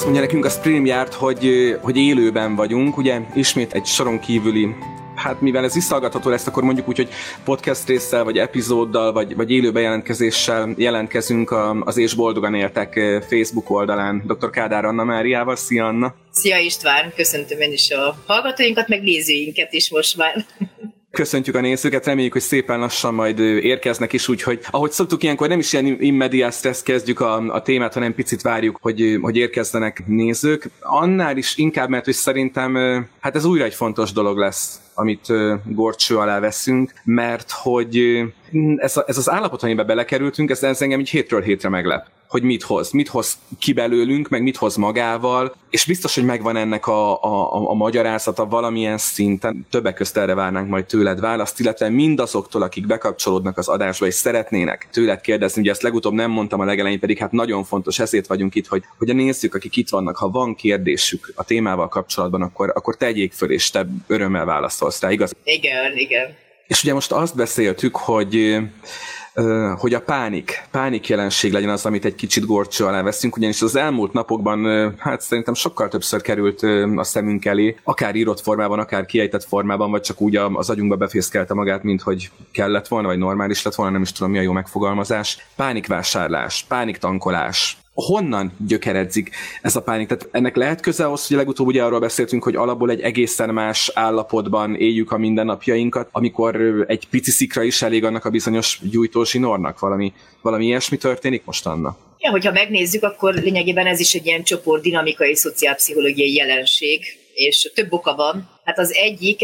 azt mondja nekünk a StreamYard, hogy élőben vagyunk, ugye ismét egy soron kívüli, hát mivel ez visszahallgatható lesz, akkor mondjuk úgy, hogy podcast résszel, vagy epizóddal, vagy élő bejelentkezéssel jelentkezünk az És Boldogan Éltek Facebook oldalán Dr. Kádár Anna Máriával. Szia, Anna! Szia István! Köszöntöm én is a hallgatóinkat, meg nézőinket is most már. Köszöntjük a nézőket, reméljük, hogy szépen lassan majd érkeznek is, úgyhogy ahogy szoktuk ilyenkor, nem is ilyen in medias res kezdjük a témát, hanem picit várjuk, hogy érkezzenek nézők. Annál is inkább, mert hogy szerintem hát ez újra egy fontos dolog lesz, amit górcső alá veszünk, mert hogy ez az állapot, amiben belekerültünk, ez engem így hétről hétre meglep, hogy mit hoz ki belőlünk, meg mit hoz magával, és biztos, hogy megvan ennek a magyarázata valamilyen szinten. Többek közt erre várnánk majd tőled választ, illetve mindazoktól, akik bekapcsolódnak az adásba, és szeretnének tőled kérdezni, ugye ezt legutóbb nem mondtam a legelején, pedig hát nagyon fontos, ezért vagyunk itt, hogy a nézők, akik itt vannak, ha van kérdésük a témával kapcsolatban, akkor tegyék föl, és te örömmel válaszolsz rá, igaz? Igen. És ugye most azt beszéltük, hogy a pánik jelenség legyen az, amit egy kicsit górcső alá veszünk, ugyanis az elmúlt napokban hát szerintem sokkal többször került a szemünk elé, akár írott formában, akár kiejtett formában, vagy csak úgy az agyunkba befészkelte magát, mint hogy kellett volna, vagy normális lett volna, nem is tudom, mi a jó megfogalmazás. Pánikvásárlás, pániktankolás. Honnan gyökeredzik ez a pánik? Tehát ennek lehet köze ahhoz, hogy legutóbb ugye arról beszéltünk, hogy alapból egy egészen más állapotban éljük a mindennapjainkat, amikor egy pici szikra is elég annak a bizonyos gyújtózsinornak? Valami ilyesmi történik most, Anna? Ja, hogyha megnézzük, akkor lényegében ez is egy ilyen csoport dinamikai, szociálpszichológiai jelenség, és több oka van. Hát az egyik,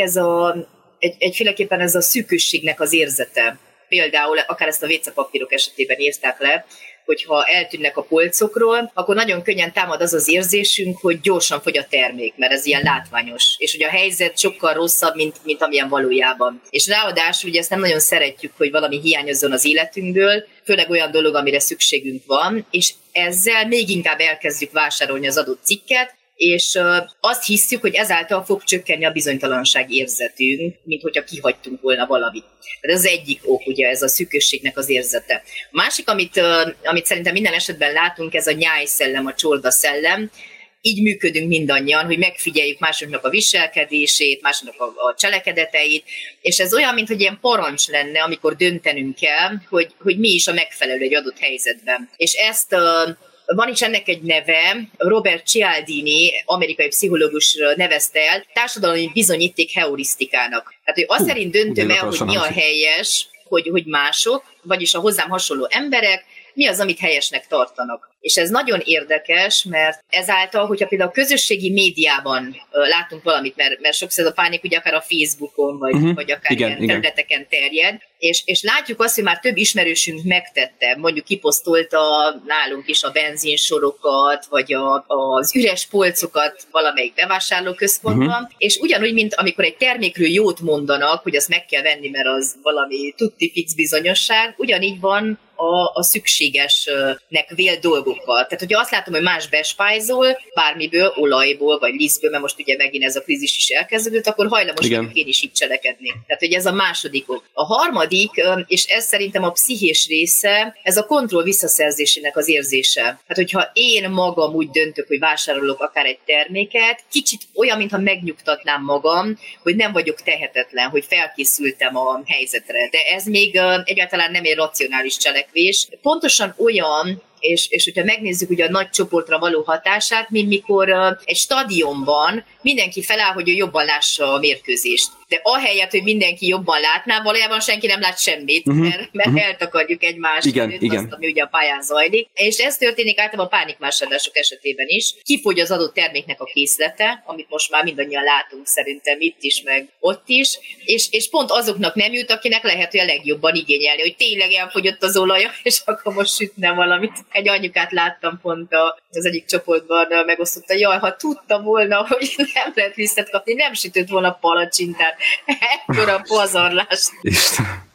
egyféleképpen ez a szűkösségnek az érzete. Például akár ezt a WC-papírok esetében írták le, hogyha eltűnnek a polcokról, akkor nagyon könnyen támad az az érzésünk, hogy gyorsan fogy a termék, mert ez ilyen látványos, és hogy a helyzet sokkal rosszabb, mint amilyen valójában. És ráadásul ugye ezt nem nagyon szeretjük, hogy valami hiányozzon az életünkből, főleg olyan dolog, amire szükségünk van, és ezzel még inkább elkezdjük vásárolni az adott cikket, és azt hiszük, hogy ezáltal fog csökkenni a bizonytalanság érzetünk, mint hogyha kihagytunk volna valamit. Tehát ez az egyik ok, ugye ez a szűkösségnek az érzete. A másik, amit szerintem minden esetben látunk, ez a nyájszellem, a csorda szellem. Így működünk mindannyian, hogy megfigyeljük másoknak a viselkedését, másoknak a cselekedeteit, és ez olyan, mint hogy ilyen parancs lenne, amikor döntenünk kell, hogy mi is a megfelelő egy adott helyzetben. És ezt van is ennek egy neve, Robert Cialdini, amerikai pszichológus nevezte el, társadalmi bizonyíték heurisztikának. Tehát ő azt szerint döntöm el, hogy mi a helyes, hogy mások, vagyis a hozzám hasonló emberek, mi az, amit helyesnek tartanak. És ez nagyon érdekes, mert ezáltal, hogyha például a közösségi médiában látunk valamit, mert sokszor ez a pánik ugye akár a Facebookon, vagy akár ilyen területeken terjed, és látjuk azt, hogy már több ismerősünk megtette, mondjuk kiposztolta nálunk is a benzinsorokat, vagy az üres polcokat valamelyik bevásárlóközpontban, és ugyanúgy, mint amikor egy termékről jót mondanak, hogy azt meg kell venni, mert az valami tutti fix bizonyosság, ugyanígy van a szükségesnek vélt dolgokkal. Tehát, hogyha azt látom, hogy más bespájzol, bármiből, olajból, vagy lisztből, mert most ugye megint ez a krízis is elkezdődött, akkor hajlamos vagyok én is így cselekedni. Tehát, hogy ez a második ok. A harmadik, és ez szerintem a pszichés része, ez a kontroll visszaszerzésének az érzése. Hát, hogyha én magam úgy döntök, hogy vásárolok akár egy terméket, kicsit olyan, mintha megnyugtatnám magam, hogy nem vagyok tehetetlen, hogy felkészültem a helyzetre. De ez még egyáltalán nem egy racionális cselekvés. Pontosan olyan, és hogyha megnézzük ugye a nagy csoportra való hatását, mint mikor egy stadionban mindenki feláll, hogy ő jobban lássa a mérkőzést. De ahelyett, hogy mindenki jobban látná, valójában senki nem lát semmit, mert eltakarjuk egymást, azt, ami ugye a pályán zajlik. És ez történik általában a pánikvásárlások esetében is. Kifogy az adott terméknek a készlete, amit most már mindannyian látunk szerintem itt is, meg ott is, és pont azoknak nem jut, akinek lehet, hogy a legjobban igényelni, hogy tényleg elfogyott az olaja, és akkor most sütne valamit. Egy anyukát láttam pont az egyik csoportban, megosztotta, jaj, ha tudta volna, hogy nem lehet lisztet kapni, nem sütött volna palacsintát. Ekkora pazarlás.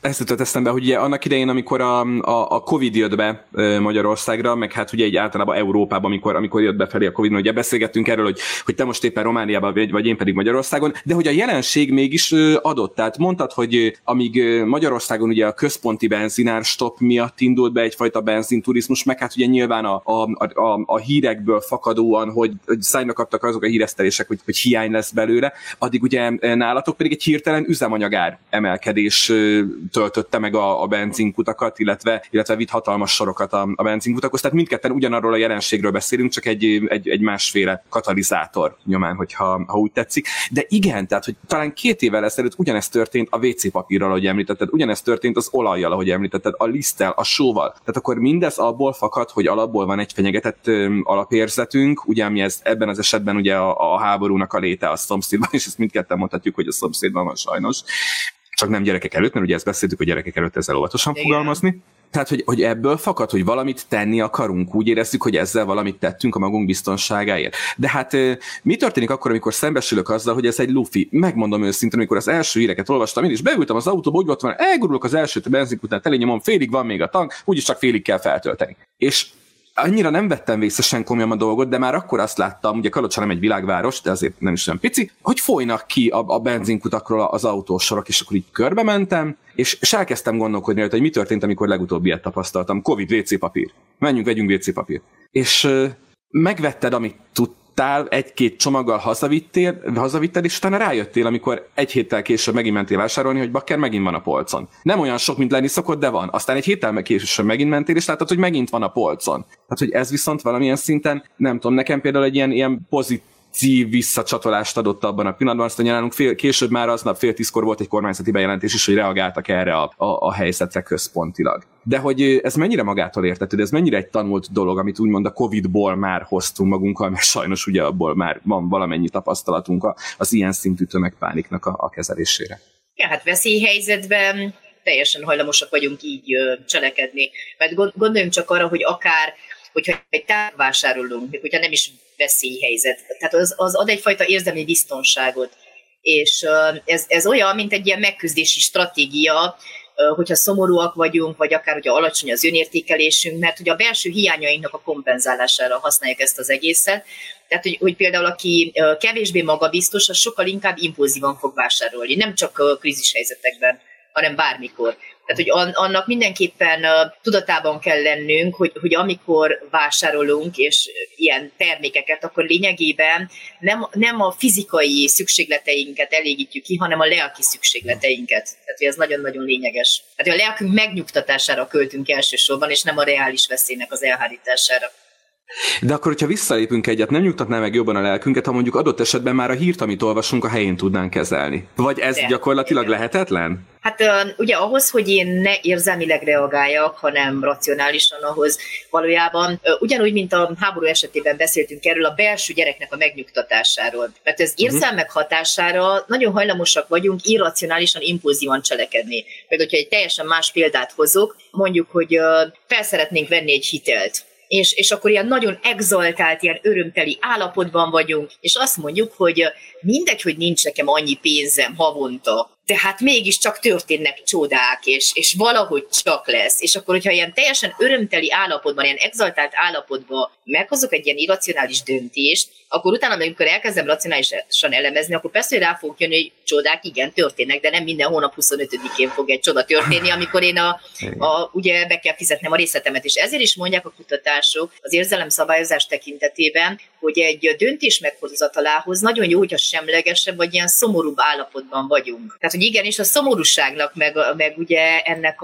ezt jutott eszembe, hogy ugye annak idején, amikor a Covid jött be Magyarországra, meg hát ugye egy általában Európában, amikor jött befelé a Covid, ugye beszélgettünk erről, hogy te most éppen Romániában vagy én pedig Magyarországon, de hogy a jelenség mégis adott. Tehát mondtad, hogy amíg Magyarországon ugye a központi benzinárstopp miatt indult be egyfajta benzinturizmus, meg hát ugye nyilván a hírekből fakadóan, hogy szájba kaptak azok a híresztelések, hogy hiány lesz belőle, addig ugye nálatok pedig egy hirtelen üzemanyagár emelkedés töltötte meg a benzinkutakat, illetve vitt hatalmas sorokat a benzinkutakhoz. Tehát mindketten ugyanarról a jelenségről beszélünk, csak egy másféle katalizátor nyomán, ha úgy tetszik. De igen, tehát hogy talán 2 évvel ezelőtt ugyanezt történt a WC papírral, ahogy említetted, ugyanezt történt az olajjal, ahogy említetted, a liszttel, a sóval. Tehát akkor mindez abból fakad, hogy alapból van egy fenyegetett alapérzetünk, ugye ami ebben az esetben ugye a háborúnak a léte a szomszédban, és ezt mindketten mondhatjuk, hogy a szomszédban van sajnos. Csak nem gyerekek előtt, mert ugye ezt beszéltük, hogy gyerekek előtt ezzel óvatosan fogalmazni. Tehát, hogy ebből fakad, hogy valamit tenni akarunk, úgy érezzük, hogy ezzel valamit tettünk a magunk biztonságáért. De hát mi történik akkor, amikor szembesülök azzal, hogy ez egy lufi? Megmondom őszintén, amikor az első híreket olvastam, én is beültem az autóba, úgy volt van, elgurulok az első benzinkután, telenyomom, félig van még a tank, úgyis csak félig kell feltölteni. És annyira nem vettem vészesen komolyan a dolgot, de már akkor azt láttam, ugye Kalocsa nem egy világváros, de azért nem is olyan pici, hogy folynak ki a benzinkutakról az autósorok, és akkor így körbe mentem, és elkezdtem gondolkodni, hogy mi történt, amikor legutóbb ilyet tapasztaltam. Covid, WC papír. Menjünk, vegyünk WC papír. És megvetted, amit tudtál, 1-2 csomaggal hazavitted, és utána rájöttél, amikor 1 héttel később megint mentél vásárolni, hogy bakker megint van a polcon. Nem olyan sok, mint lenni szokott, de van. Aztán 1 héttel később megint mentél, és láttad, hogy megint van a polcon. Tehát, hogy ez viszont valamilyen szinten, nem tudom, nekem például egy ilyen pozitív visszacsatolást adott abban a pillanatban, aztán nálunk később már aznap 9:30 volt egy kormányzati bejelentés is, hogy reagáltak erre a helyzetre központilag. De hogy ez mennyire magától értetődő, ez mennyire egy tanult dolog, amit úgymond a Covid-ból már hoztunk magunkkal, mert sajnos ugye abból már van valamennyi tapasztalatunk az ilyen szintű tömegpániknak a kezelésére. Ja, hát veszélyhelyzetben teljesen hajlamosak vagyunk így cselekedni. Mert gondoljunk csak arra, hogy akár, hogyha egy távol vásárolunk, még hogyha nem is veszélyhelyzet. Tehát az ad egyfajta érzelmi biztonságot. És ez olyan, mint egy ilyen megküzdési stratégia, hogyha szomorúak vagyunk, vagy akár hogyha alacsony az önértékelésünk, mert ugye a belső hiányainknak a kompenzálására használják ezt az egészet. Tehát, hogy például aki kevésbé magabiztos, az sokkal inkább impulzívan fog vásárolni, nem csak krízishelyzetekben, hanem bármikor. Tehát, hogy annak mindenképpen tudatában kell lennünk, hogy amikor vásárolunk és ilyen termékeket, akkor lényegében nem a fizikai szükségleteinket elégítjük ki, hanem a lelki szükségleteinket. Tehát, hogy ez nagyon-nagyon lényeges. Tehát, hogy a lelkünk megnyugtatására költünk elsősorban, és nem a reális veszélynek az elhárítására. De akkor, hogyha visszalépünk egyet, nem nyugtatná meg jobban a lelkünket, ha mondjuk adott esetben már a hírt, amit olvasunk, a helyén tudnánk kezelni? Vagy ez gyakorlatilag lehetetlen? Hát ugye ahhoz, hogy én ne érzelmileg reagáljak, hanem racionálisan, ahhoz valójában ugyanúgy, mint a háború esetében beszéltünk erről, a belső gyereknek a megnyugtatásáról. Mert az érzelmek hatására nagyon hajlamosak vagyunk irracionálisan, impulzívan cselekedni. Például, hogyha egy teljesen más példát hozok, mondjuk, hogy fel szeretnénk venni egy hitelt. És akkor ilyen nagyon exaltált, ilyen örömteli állapotban vagyunk, és azt mondjuk, hogy mindegy, hogy nincs nekem annyi pénzem havonta, de hát mégiscsak történnek csodák, és valahogy csak lesz. És akkor, hogyha ilyen teljesen örömteli állapotban, ilyen exaltált állapotban meghozok egy ilyen irracionális döntést, akkor utána, amikor elkezdem racionálisan elemezni, akkor persze, hogy rá fogok jönni, hogy csodák igen történnek, de nem minden hónap 25-én fog egy csoda történni, amikor én ugye be kell fizetnem a részletemet. És ezért is mondják a kutatások az érzelemszabályozás tekintetében, hogy egy döntés meghozatalához nagyon jó, hogyha semlegesebb vagy ilyen szomorúbb állapotban vagyunk. Tehát, hogy igenis a szomorúságnak, meg ugye ennek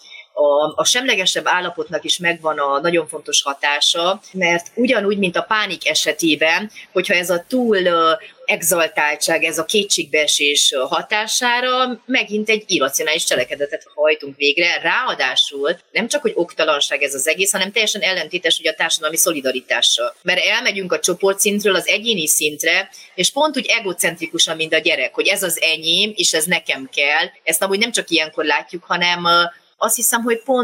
a semlegesebb állapotnak is megvan a nagyon fontos hatása, mert ugyanúgy, mint a pánik esetében, hogyha ez a túl exaltáltság, ez a kétségbeesés hatására megint egy irracionális cselekedetet hajtunk végre. Ráadásul nem csak, hogy oktalanság ez az egész, hanem teljesen ellentétes ugye a társadalmi szolidaritással. Mert elmegyünk a csoportszintről az egyéni szintre, és pont úgy egocentrikusan, mint a gyerek, hogy ez az enyém, és ez nekem kell. Ezt amúgy nem csak ilyenkor látjuk, hanem azt hiszem, hogy pont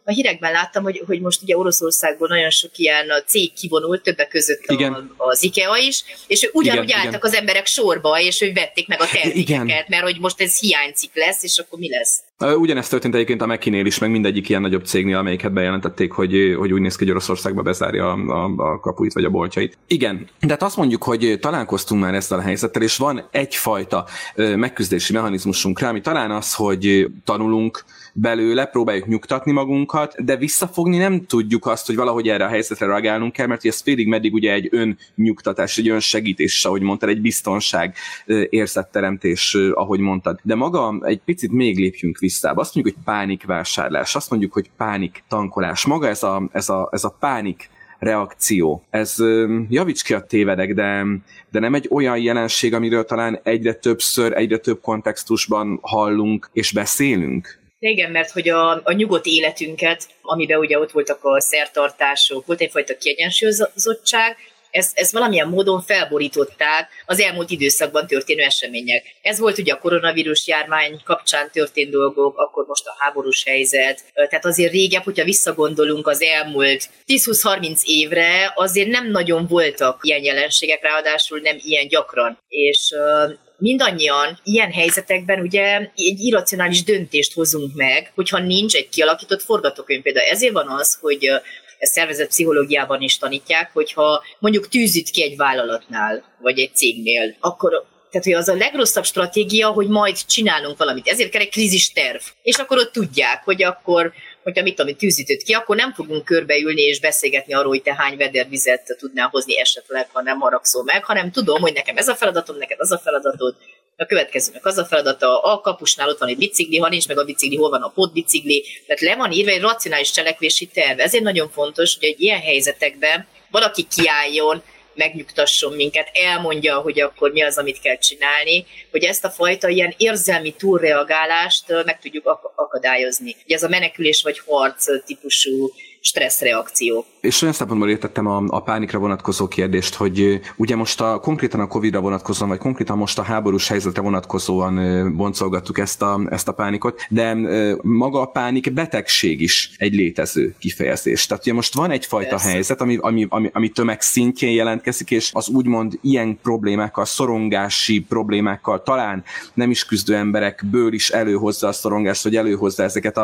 a hírekben láttam, hogy most ugye Oroszországból nagyon sok ilyen cég kivonult, többek között az IKEA is, és ugyanúgy álltak az emberek sorba, és hogy vették meg a termékeket, mert hogy most ez hiánycikk lesz, és akkor mi lesz? Ugyanezt történt egyébként a Mac-nél is, meg mindegyik ilyen nagyobb cégnél, amelyiket bejelentették, hogy úgy néz ki, hogy Oroszországba bezárja a kapuit vagy a boltjait. Igen, de hát azt mondjuk, hogy találkoztunk már ezzel a helyzettel, és van egyfajta megküzdési mechanizmusunk rá, ami talán az, hogy tanulunk belőle, próbáljuk nyugtatni magunkat, de visszafogni nem tudjuk azt, hogy valahogy erre a helyzetre reagálnunk kell, mert ez félig meddig ugye egy önnyugtatás, egy önsegítés, ahogy mondtad, egy biztonság érzetteremtés, ahogy mondtad. De maga egy picit még lépjünk vissza. Azt mondjuk, hogy pánikvásárlás, azt mondjuk, hogy pániktankolás. Maga ez a pánik reakció. Ez, javíts ki, a tévedek, de nem egy olyan jelenség, amiről talán egyre többször, egyre több kontextusban hallunk és beszélünk? Igen, mert hogy a nyugodt életünket, amiben ugye ott voltak a szertartások, volt egyfajta kiegyensúlyozottság, ezt valamilyen módon felborították az elmúlt időszakban történő események. Ez volt ugye a koronavírus járvány kapcsán történt dolgok, akkor most a háborús helyzet. Tehát azért régebb, hogyha visszagondolunk az elmúlt 10-20-30 évre, azért nem nagyon voltak ilyen jelenségek, ráadásul nem ilyen gyakran. És mindannyian ilyen helyzetekben ugye egy irracionális döntést hozunk meg, hogyha nincs egy kialakított forgatókönyv. Például ezért van az, hogy ezt szervezett pszichológiában is tanítják, hogyha mondjuk tűzít ki egy vállalatnál, vagy egy cégnél, akkor tehát, hogy az a legrosszabb stratégia, hogy majd csinálunk valamit. Ezért kell egy krízisterv. És akkor ott tudják, hogy akkor, hogyha mit tudom, tűzítőt ki, akkor nem fogunk körbeülni és beszélgetni arról, hogy te hány vedervizet tudnál hozni esetleg, ha nem haragszol meg, hanem tudom, hogy nekem ez a feladatom, neked az a feladatod, a következőnek az a feladata, a kapusnál ott van egy bicikli, ha nincs meg a bicikli, hol van a pótbicikli, tehát le van írva egy racionális cselekvési terv. Ezért nagyon fontos, hogy egy ilyen helyzetekben valaki kiálljon, megnyugtasson minket, elmondja, hogy akkor mi az, amit kell csinálni, hogy ezt a fajta ilyen érzelmi túlreagálást meg tudjuk akadályozni. Ugye ez a menekülés vagy harc típusú stresszreakció. És olyan szempontból értettem a pánikra vonatkozó kérdést, hogy ugye most konkrétan a Covid-ra vonatkozóan, vagy konkrétan most a háborús helyzetre vonatkozóan boncolgattuk ezt a pánikot, de maga a pánik betegség is egy létező kifejezés. Tehát ugye most van egyfajta helyzet, ami tömegszintjén jelentkezik, és az úgymond ilyen problémákkal, szorongási problémákkal talán nem is küzdő emberekből is előhozza a szorongást, vagy előhozza ezeket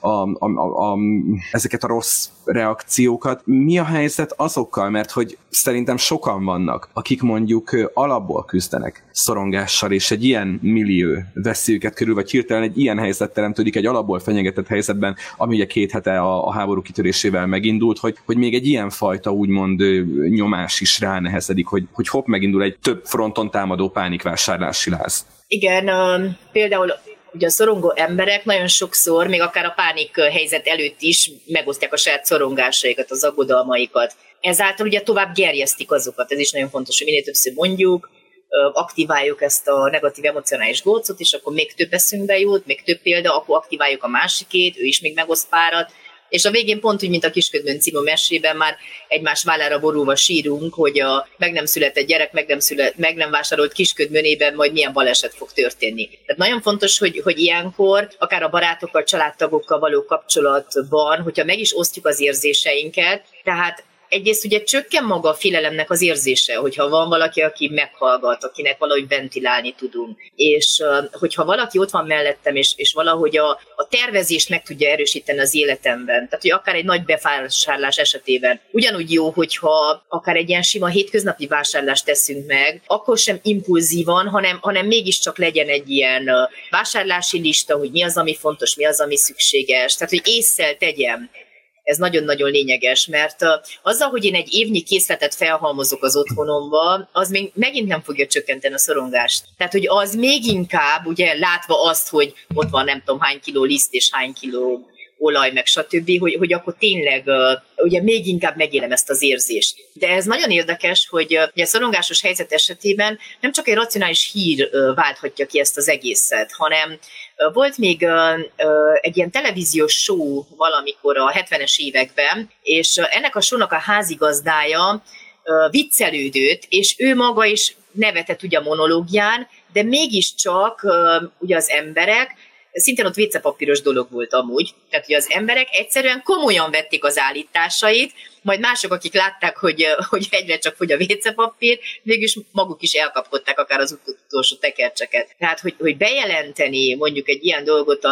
a rossz reakciókat. Mi a helyzet azokkal? Mert hogy szerintem sokan vannak, akik mondjuk alapból küzdenek szorongással, és egy ilyen millió veszi őket körül, vagy hirtelen egy ilyen helyzet teremtődik egy alapból fenyegetett helyzetben, ami ugye 2 hete a háború kitörésével megindult, hogy még egy ilyen fajta úgymond nyomás is ránehezedik, hogy hopp, megindul egy több fronton támadó pánikvásárlási láz. Igen, például ugye a szorongó emberek nagyon sokszor, még akár a pánik helyzet előtt is megosztják a saját szorongásaikat, az aggodalmaikat. Ezáltal ugye tovább gerjesztik azokat, ez is nagyon fontos, hogy minél többször mondjuk, aktiváljuk ezt a negatív emocionális gócot, és akkor még több eszünkbe jut, még több példa, akkor aktiváljuk a másikét, ő is még megoszt párat, és a végén pont úgy, mint a Kisködmön című mesében már egymás vállára borulva sírunk, hogy a meg nem született gyerek, meg nem vásárolt Kisködmönében majd milyen baleset fog történni. Tehát nagyon fontos, hogy ilyenkor, akár a barátokkal, családtagokkal való kapcsolatban, hogyha meg is osztjuk az érzéseinket, tehát egyrészt ugye csökken maga a félelemnek az érzése, hogyha van valaki, aki meghallgat, akinek valahogy ventilálni tudunk. És hogyha valaki ott van mellettem, és valahogy a tervezést meg tudja erősíteni az életemben, tehát hogy akár egy nagy bevásárlás esetében ugyanúgy jó, hogyha akár egy ilyen sima hétköznapi vásárlást teszünk meg, akkor sem impulzívan, hanem mégiscsak legyen egy ilyen vásárlási lista, hogy mi az, ami fontos, mi az, ami szükséges, tehát hogy ésszel tegyem. Ez nagyon-nagyon lényeges, mert azzal, hogy én egy évnyi készletet felhalmozok az otthonomba, az még megint nem fogja csökkenteni a szorongást. Tehát, hogy az még inkább, ugye látva azt, hogy ott van nem tudom hány kiló liszt és hány kiló olaj, meg stb., hogy akkor tényleg ugye még inkább megélem ezt az érzést. De ez nagyon érdekes, hogy a szorongásos helyzet esetében nem csak egy racionális hír válthatja ki ezt az egészet, hanem volt még egy ilyen televíziós show valamikor a 70-es években, és ennek a shownak a házigazdája viccelődött, és ő maga is nevetett ugye a monológián, de mégiscsak ugye az emberek szintén ott WC-papíros dolog volt amúgy, tehát hogy az emberek egyszerűen komolyan vették az állításait, majd mások, akik látták, hogy egyre csak fogy a WC-papír, végülis maguk is elkapkodták akár az utolsó tekercseket. Tehát, hogy bejelenteni mondjuk egy ilyen dolgot,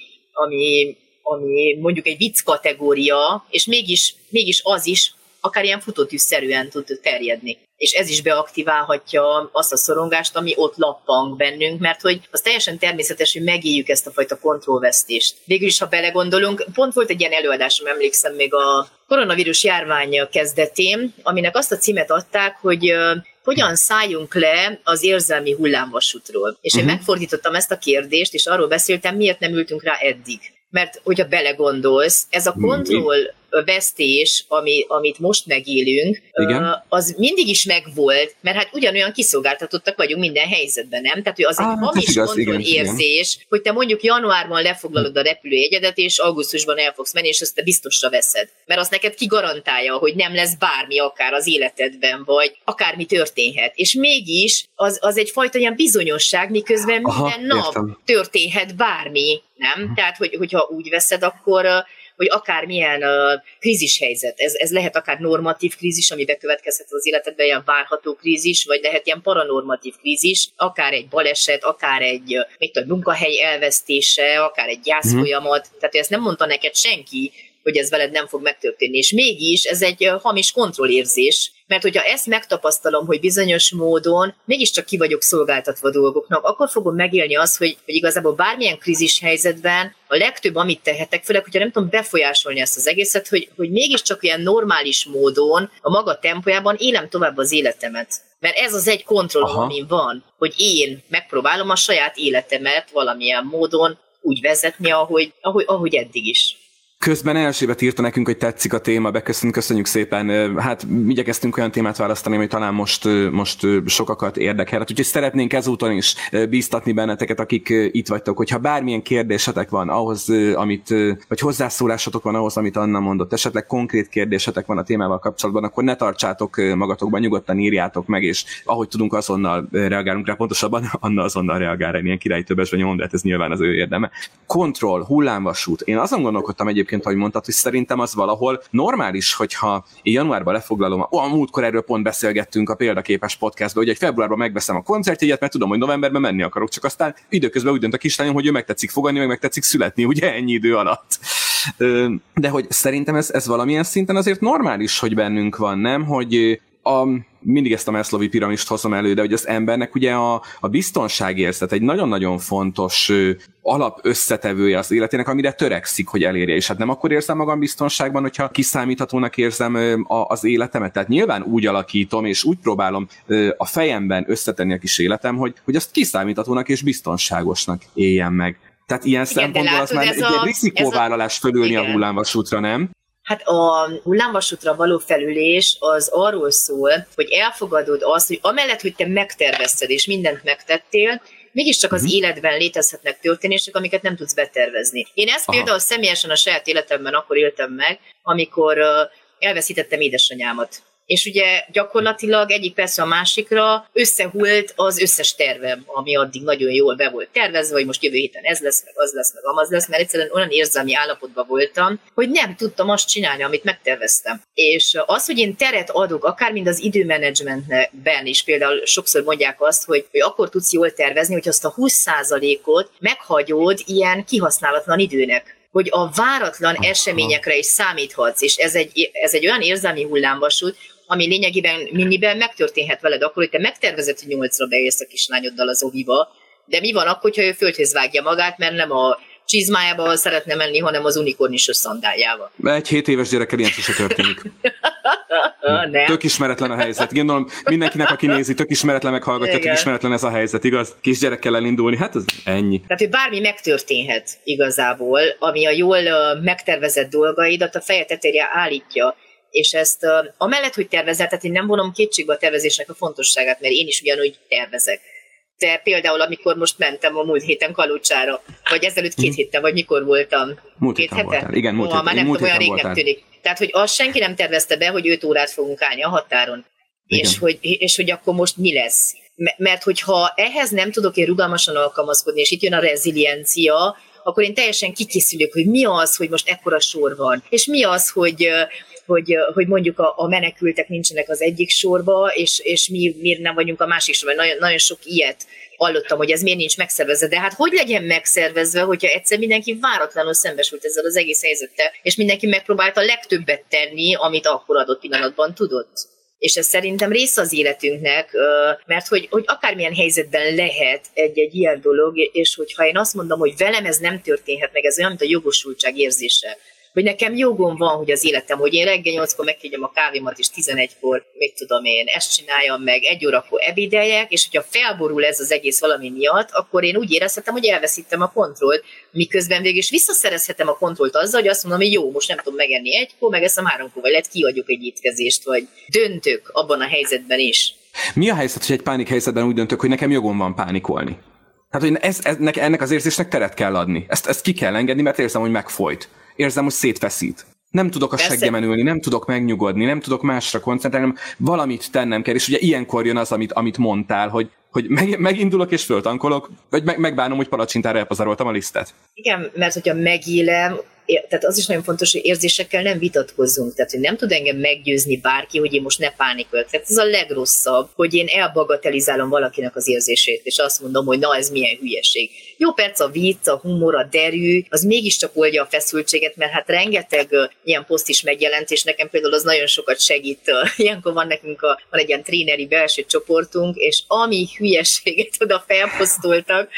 ami mondjuk egy vicc kategória, és mégis az is akár ilyen futótűzszerűen tud terjedni. És ez is beaktiválhatja azt a szorongást, ami ott lappang bennünk, mert hogy az teljesen természetes, hogy megéljük ezt a fajta kontrollvesztést. Végül is, ha belegondolunk, pont volt egy ilyen előadásom, emlékszem még a koronavírus járvány kezdetén, aminek azt a címet adták, hogy hogyan szálljunk le az érzelmi hullámvasútról. És én megfordítottam ezt a kérdést, és arról beszéltem, miért nem ültünk rá eddig. Mert hogyha belegondolsz, ez a kontrollvesztés, amit most megélünk, az mindig is megvolt, mert hát ugyanolyan kiszolgáltatottak vagyunk minden helyzetben, nem? Tehát, hogy az egy hamis kontrollérzés, hogy te mondjuk januárban lefoglalod a repülőjegyedet, és augusztusban el fogsz menni, és ezt te biztosra veszed. Mert azt neked ki garantálja, hogy nem lesz bármi akár az életedben, vagy akármi történhet. És mégis az egyfajta ilyen bizonyosság, miközben minden nap történhet bármi, nem? Tehát, hogyha úgy veszed, akkor hogy akármilyen krízishelyzet, ez lehet akár normatív krízis, ami bekövetkezhet az életedben, ilyen várható krízis, vagy lehet ilyen paranormatív krízis, akár egy baleset, akár egy munkahely elvesztése, akár egy gyászfolyamat, tehát ezt nem mondta neked senki, hogy ez veled nem fog megtörténni. És mégis ez egy hamis kontrollérzés, mert hogyha ezt megtapasztalom, hogy bizonyos módon mégiscsak ki vagyok szolgáltatva dolgoknak, akkor fogom megélni azt, hogy igazából bármilyen krízis helyzetben a legtöbb, amit tehetek, főleg, hogyha nem tudom befolyásolni ezt az egészet, hogy mégiscsak ilyen normális módon, a maga tempójában élem tovább az életemet. Mert ez az egy kontrollom, amin van, hogy én megpróbálom a saját életemet valamilyen módon úgy vezetni, ahogy eddig is. Közben Erzsébet írta nekünk, hogy tetszik a téma, köszönjük szépen. Hát igyekeztünk olyan témát választani, hogy talán most sokakat érdekel. Úgyhogy szeretnénk ezúton is bíztatni benneteket, akik itt vagytok, hogyha bármilyen kérdésetek van ahhoz, vagy hozzászólásatok van ahhoz, amit Anna mondott, esetleg konkrét kérdésetek van a témával kapcsolatban, akkor ne tartsátok magatokban, nyugodtan írjátok meg, és ahogy tudunk, azonnal reagálunk rá, pontosabban Anna azonnal reagál rá, ilyen királyi többesben nyomom, de hát ez nyilván az ő érdeme. Kontroll, hullámvasút. Én azon gondolkodtam egyébként, ahogy mondtad, hogy szerintem az valahol normális, hogyha én januárban lefoglalom, a múltkor erről pont beszélgettünk a példaképes podcastban, hogy februárban megveszem a koncertjegyet, mert tudom, hogy novemberben menni akarok, csak aztán időközben úgy dönt a kislányom, hogy ő meg tetszik fogadni, meg tetszik születni, ugye ennyi idő alatt. De hogy szerintem ez valamilyen szinten azért normális, hogy bennünk van, nem? Hogy mindig ezt a Maslow-i piramist hozom elő, de hogy az embernek ugye a biztonságérzet egy nagyon-nagyon fontos alapösszetevője az életének, amire törekszik, hogy elérje, és hát nem akkor érzem magam biztonságban, hogyha kiszámíthatónak érzem az életemet, tehát nyilván úgy alakítom, és úgy próbálom a fejemben összetenni a kis életem, hogy azt kiszámíthatónak és biztonságosnak éljen meg. Tehát ilyen szempontból az már egy rizikóvállalás fölülni a hullámvasútra, nem? Hát a hullámvasútra való felülés az arról szól, hogy elfogadod azt, hogy amellett, hogy te megtervezted és mindent megtettél, mégiscsak az életben létezhetnek történések, amiket nem tudsz betervezni. Én ezt például személyesen a saját életemben akkor éltem meg, amikor elveszítettem édesanyámat. És ugye gyakorlatilag egyik persze a másikra összehult az összes tervem, ami addig nagyon jól be volt tervezve, hogy most jövő héten ez lesz, meg az lesz, meg amaz lesz, mert egyszerűen olyan érzelmi állapotban voltam, hogy nem tudtam azt csinálni, amit megterveztem. És az, hogy én teret adok, akár mind az időmenedzsmentben is, például sokszor mondják azt, hogy akkor tudsz jól tervezni, hogy azt a 20%-ot meghagyod ilyen kihasználatlan időnek, hogy a váratlan eseményekre is számíthatsz, és ez egy olyan érzelmi hullámvasút, ami lényegében minniben megtörténhet veled akkor, hogy te megtervezed, hogy 8-ra beérsz a kislányoddal az oviba, de mi van akkor, hogyha ő földhöz vágja magát, mert nem a csizmájával szeretne menni, hanem az unikornisos szandáljával. Egy 7 éves gyerekkel ilyen sose történik. Tök ismeretlen a helyzet. Gondolom mindenkinek, aki nézi, tök ismeretlen meghallgatja, tök ismeretlen ez a helyzet, igaz? Kisgyerekkel elindulni, hát ez ennyi. Tehát, hogy bármi megtörténhet igazából, ami a jól megtervezett dolgaidat a feje tetejére állítja. És ezt amellett, hogy tervezel, tehát én nem vonom kétségbe a tervezésnek a fontosságát, mert én is ugyanúgy tervezek. De például, amikor most mentem a múlt héten Kalocsára, vagy ezelőtt 2 héttel, vagy mikor voltam? Múlt héten voltál. Igen, múlt héten. Már nem tudom, olyan régnek tűnik. Tehát, hogy azt senki nem tervezte be, hogy 5 órát fogunk állni a határon. És hogy akkor most mi lesz. Mert hogyha ehhez nem tudok én rugalmasan alkalmazkodni, és itt jön a reziliencia, akkor én teljesen kikészülök, hogy mi az, hogy most ekkora sor van, és mi az, hogy mondjuk a menekültek nincsenek az egyik sorba, és mi miért nem vagyunk a másik sorban. Nagyon, nagyon sok ilyet hallottam, hogy ez miért nincs megszervezve. De hát hogy legyen megszervezve, hogyha egyszer mindenki váratlanul szembesült ezzel az egész helyzettel, és mindenki megpróbálta a legtöbbet tenni, amit akkor adott pillanatban tudott. És ez szerintem része az életünknek, mert hogy akármilyen helyzetben lehet egy ilyen dolog, és hogyha én azt mondom, hogy velem ez nem történhet meg, ez olyan, mint a jogosultság érzése. Hogy nekem jogom van, hogy az életem, hogy én reggel 8-kor megkérjem a kávémat, és 11-kor, mit tudom én, ezt csináljam meg, 1 órakor ebédeljek, és hogyha felborul ez az egész valami miatt, akkor én úgy érezhetem, hogy elveszítem a kontrollt, miközben végül is visszaszerezhetem a kontrollt azzal, hogy azt mondom, hogy jó, most nem tudom megenni 1-kor, megeszem 3-kor, vagy lehet kiadjuk egy étkezést, vagy döntök abban a helyzetben is. Mi a helyzet, hogy egy pánik helyzetben úgy döntök, hogy nekem jogom van pánikolni? Tehát, hogy ennek az érzésnek teret kell adni. Ezt ki kell engedni, mert érzem, hogy megfojt. Érzem, hogy szétfeszít. Nem tudok a seggemen ülni, nem tudok megnyugodni, nem tudok másra koncentrálni, valamit tennem kell, és ugye ilyenkor jön az, amit mondtál, hogy megindulok és föltankolok, vagy megbánom, hogy palacsintára elpazaroltam a lisztet. Igen, mert hogyha megélem, tehát az is nagyon fontos, hogy érzésekkel nem vitatkozzunk, tehát hogy nem tud engem meggyőzni bárki, hogy én most ne pánikoljak. Tehát ez a legrosszabb, hogy én elbagatelizálom valakinek az érzését, és azt mondom, hogy na ez milyen hülyeség. Jó, perc a vicc, a humor, a derű, az mégiscsak oldja a feszültséget, mert hát rengeteg ilyen poszt is megjelent, és nekem például az nagyon sokat segít. Ilyenkor van nekünk van egy ilyen tréneri belső csoportunk, és ami hülyeséget oda felposztoltak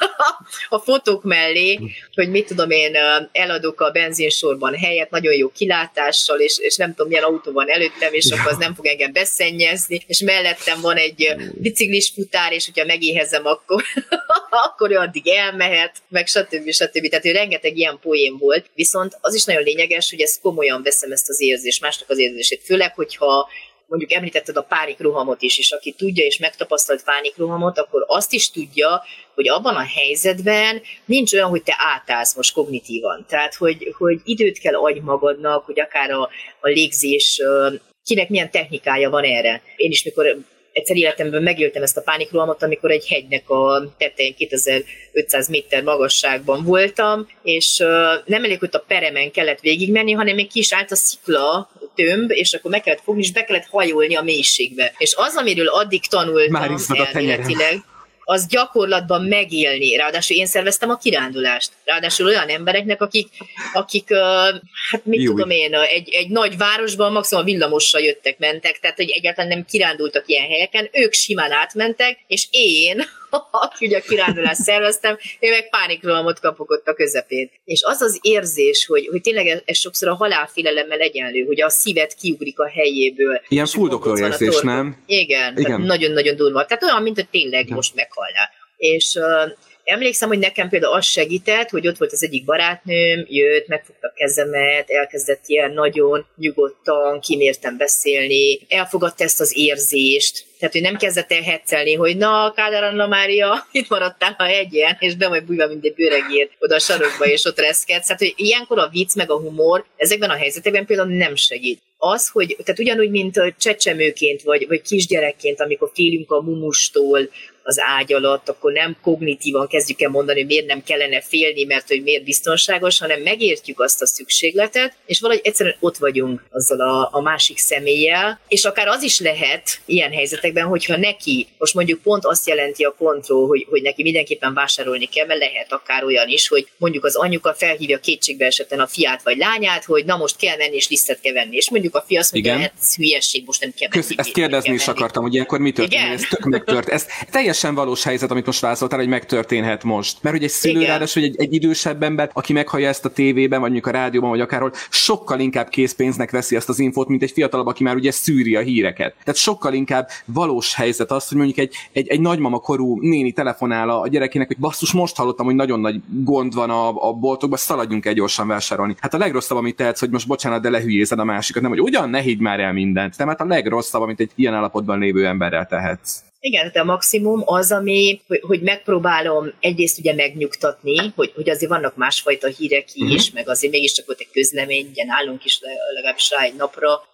a fotók mellé, hogy mit tudom én, eladok a benzinsorban helyet, nagyon jó kilátással, és nem tudom, milyen autó van előttem, és akkor az nem fog engem beszennyezni, és mellettem van egy biciklis futár, és hogyha megéhezem, akkor ő addig elmehet, meg stb. Tehát ő rengeteg ilyen poén volt, viszont az is nagyon lényeges, hogy ezt komolyan veszem, ezt az érzést, másnak az érzését, főleg, hogyha mondjuk említetted a pánikrohamot is, és aki tudja és megtapasztalt pánikrohamot, akkor azt is tudja, hogy abban a helyzetben nincs olyan, hogy te átállsz most kognitívan. Tehát, hogy időt kell adj magadnak, hogy akár a légzés, kinek milyen technikája van erre. Én is, mikor egyszer életemben megéltem ezt a pánikrohamot, amikor egy hegynek a tetején 2500 méter magasságban voltam, és nem elég, hogy a peremen kellett végigmenni, hanem még ki is állt a szikla tömb, és akkor meg kellett fogni, és be kellett hajolni a mélységbe. És az, amiről addig tanultam elméletileg, az gyakorlatban megélni. Ráadásul én szerveztem a kirándulást. Ráadásul olyan embereknek, akik hát mit tudom én, egy nagy városban maximum villamossal jöttek, mentek, tehát hogy egyáltalán nem kirándultak ilyen helyeken, ők simán átmentek, és én, aki ugye a kirándulást szerveztem, én meg pánikrohamot kapok ott a közepén. És az az érzés, hogy tényleg ez sokszor a halálfélelemmel egyenlő, hogy a szíved kiugrik a helyéből. Ilyen fuldokló érzés, nem? Igen. Nagyon-nagyon durva. Tehát olyan, mint hogy tényleg most meghalnál. És emlékszem, hogy nekem például az segített, hogy ott volt az egyik barátnőm, jött, megfogta a kezemet, elkezdett ilyen nagyon nyugodtan, kimérten beszélni, elfogadta ezt az érzést, tehát hogy nem kezdett el heccelni, hogy na, Kádár Anna Mária, itt maradtál a hegyen, és be majd bújva, mint egy bőregér oda a sarokba, és ott reszkedsz. Tehát, hogy ilyenkor a vicc meg a humor ezekben a helyzetekben például nem segít. Az, hogy, tehát ugyanúgy, mint csecsemőként, vagy kisgyerekként, amikor félünk a mumustól az ágy alatt, akkor nem kognitívan kezdjük el mondani, hogy miért nem kellene félni, mert hogy miért biztonságos, hanem megértjük azt a szükségletet, és valahogy egyszerűen ott vagyunk azzal a másik személlyel, és akár az is lehet ilyen helyzetekben, hogyha neki, most mondjuk pont azt jelenti a kontroll, hogy neki mindenképpen vásárolni kell, mert lehet akár olyan is, hogy mondjuk az anyuka felhívja kétségbe esetten a fiát vagy lányát, hogy na most kell menni, és lisztet kell venni, és mondjuk a fi azt mondja, hát ez hülyeség, most nem kell menni. Ezt kérdezni is akartam, hogy ilyenkor mi történik, ez tök megtört. Ez teljesen valós helyzet, amit most vázoltál, hogy megtörténhet most. Mert hogy egy szülő, ráadásul egy idősebb ember, aki meghallja ezt a tévében, vagy mondjuk a rádióban, vagy akárhol, sokkal inkább készpénznek veszi ezt az infót, mint egy fiatalabb, aki már ugye szűri a híreket. Tehát sokkal inkább valós helyzet az, hogy mondjuk egy nagymama korú néni telefonál a gyerekének, hogy basszus, most hallottam, hogy nagyon nagy gond van a boltokban, szaladjunk el gyorsan vásárolni. Hát a legrosszabb, amit tehetsz, hogy most bocsánat, de lehülyézed a másikat, nem, hogy ugyan ne higgy már el mindent. Tehát a legrosszabb, amit egy ilyen állapotban lévő emberrel tehetsz. Igen, tehát a maximum az, ami, hogy megpróbálom egyrészt ugye megnyugtatni, hogy azért vannak másfajta hírek is, meg azért mégiscsak volt egy közlemény, ugye nálunk is legalábbis rá egy napra,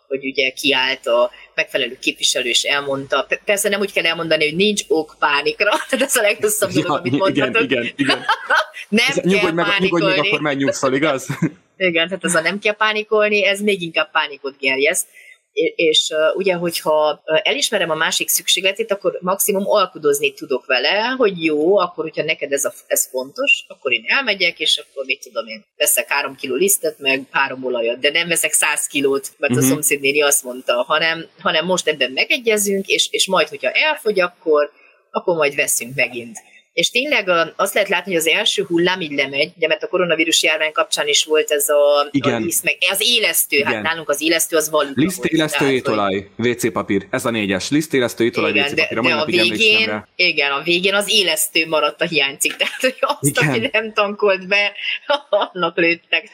hogy ugye kiállt a megfelelő képviselő és elmondta. Persze nem úgy kell elmondani, hogy nincs ok pánikra, tehát ez a legrosszabb dolog, amit mondhatok. Igen. Nem kell pánikolni. Nyugodj meg, akkor menjünk fel, igaz? Igen, tehát az a nem kell pánikolni, ez még inkább pánikot gerjeszt. És ugye, hogyha elismerem a másik szükségletét, akkor maximum alkudozni tudok vele, hogy jó, akkor, hogyha neked ez fontos, akkor én elmegyek, és akkor mit tudom én, veszek 3 kiló lisztet, meg 3 olajat, de nem veszek 100 kilót, mert a szomszédnéni azt mondta, hanem most ebben megegyezünk, és majd, hogyha elfogy, akkor majd veszünk megint. És tényleg azt lehet látni, hogy az első hullám így lemegy, ugye, mert a koronavírus járvány kapcsán is volt ez a liszt, meg az élesztő, hát nálunk az élesztő az valuta. Lisztélesztő, étolaj, WC papír, ez a 4-es. Lisztélesztő, étolaj, WC papír. De a végén az élesztő maradt a hiánycikk, tehát hogy azt, aki nem tankolt be, annak lőttek.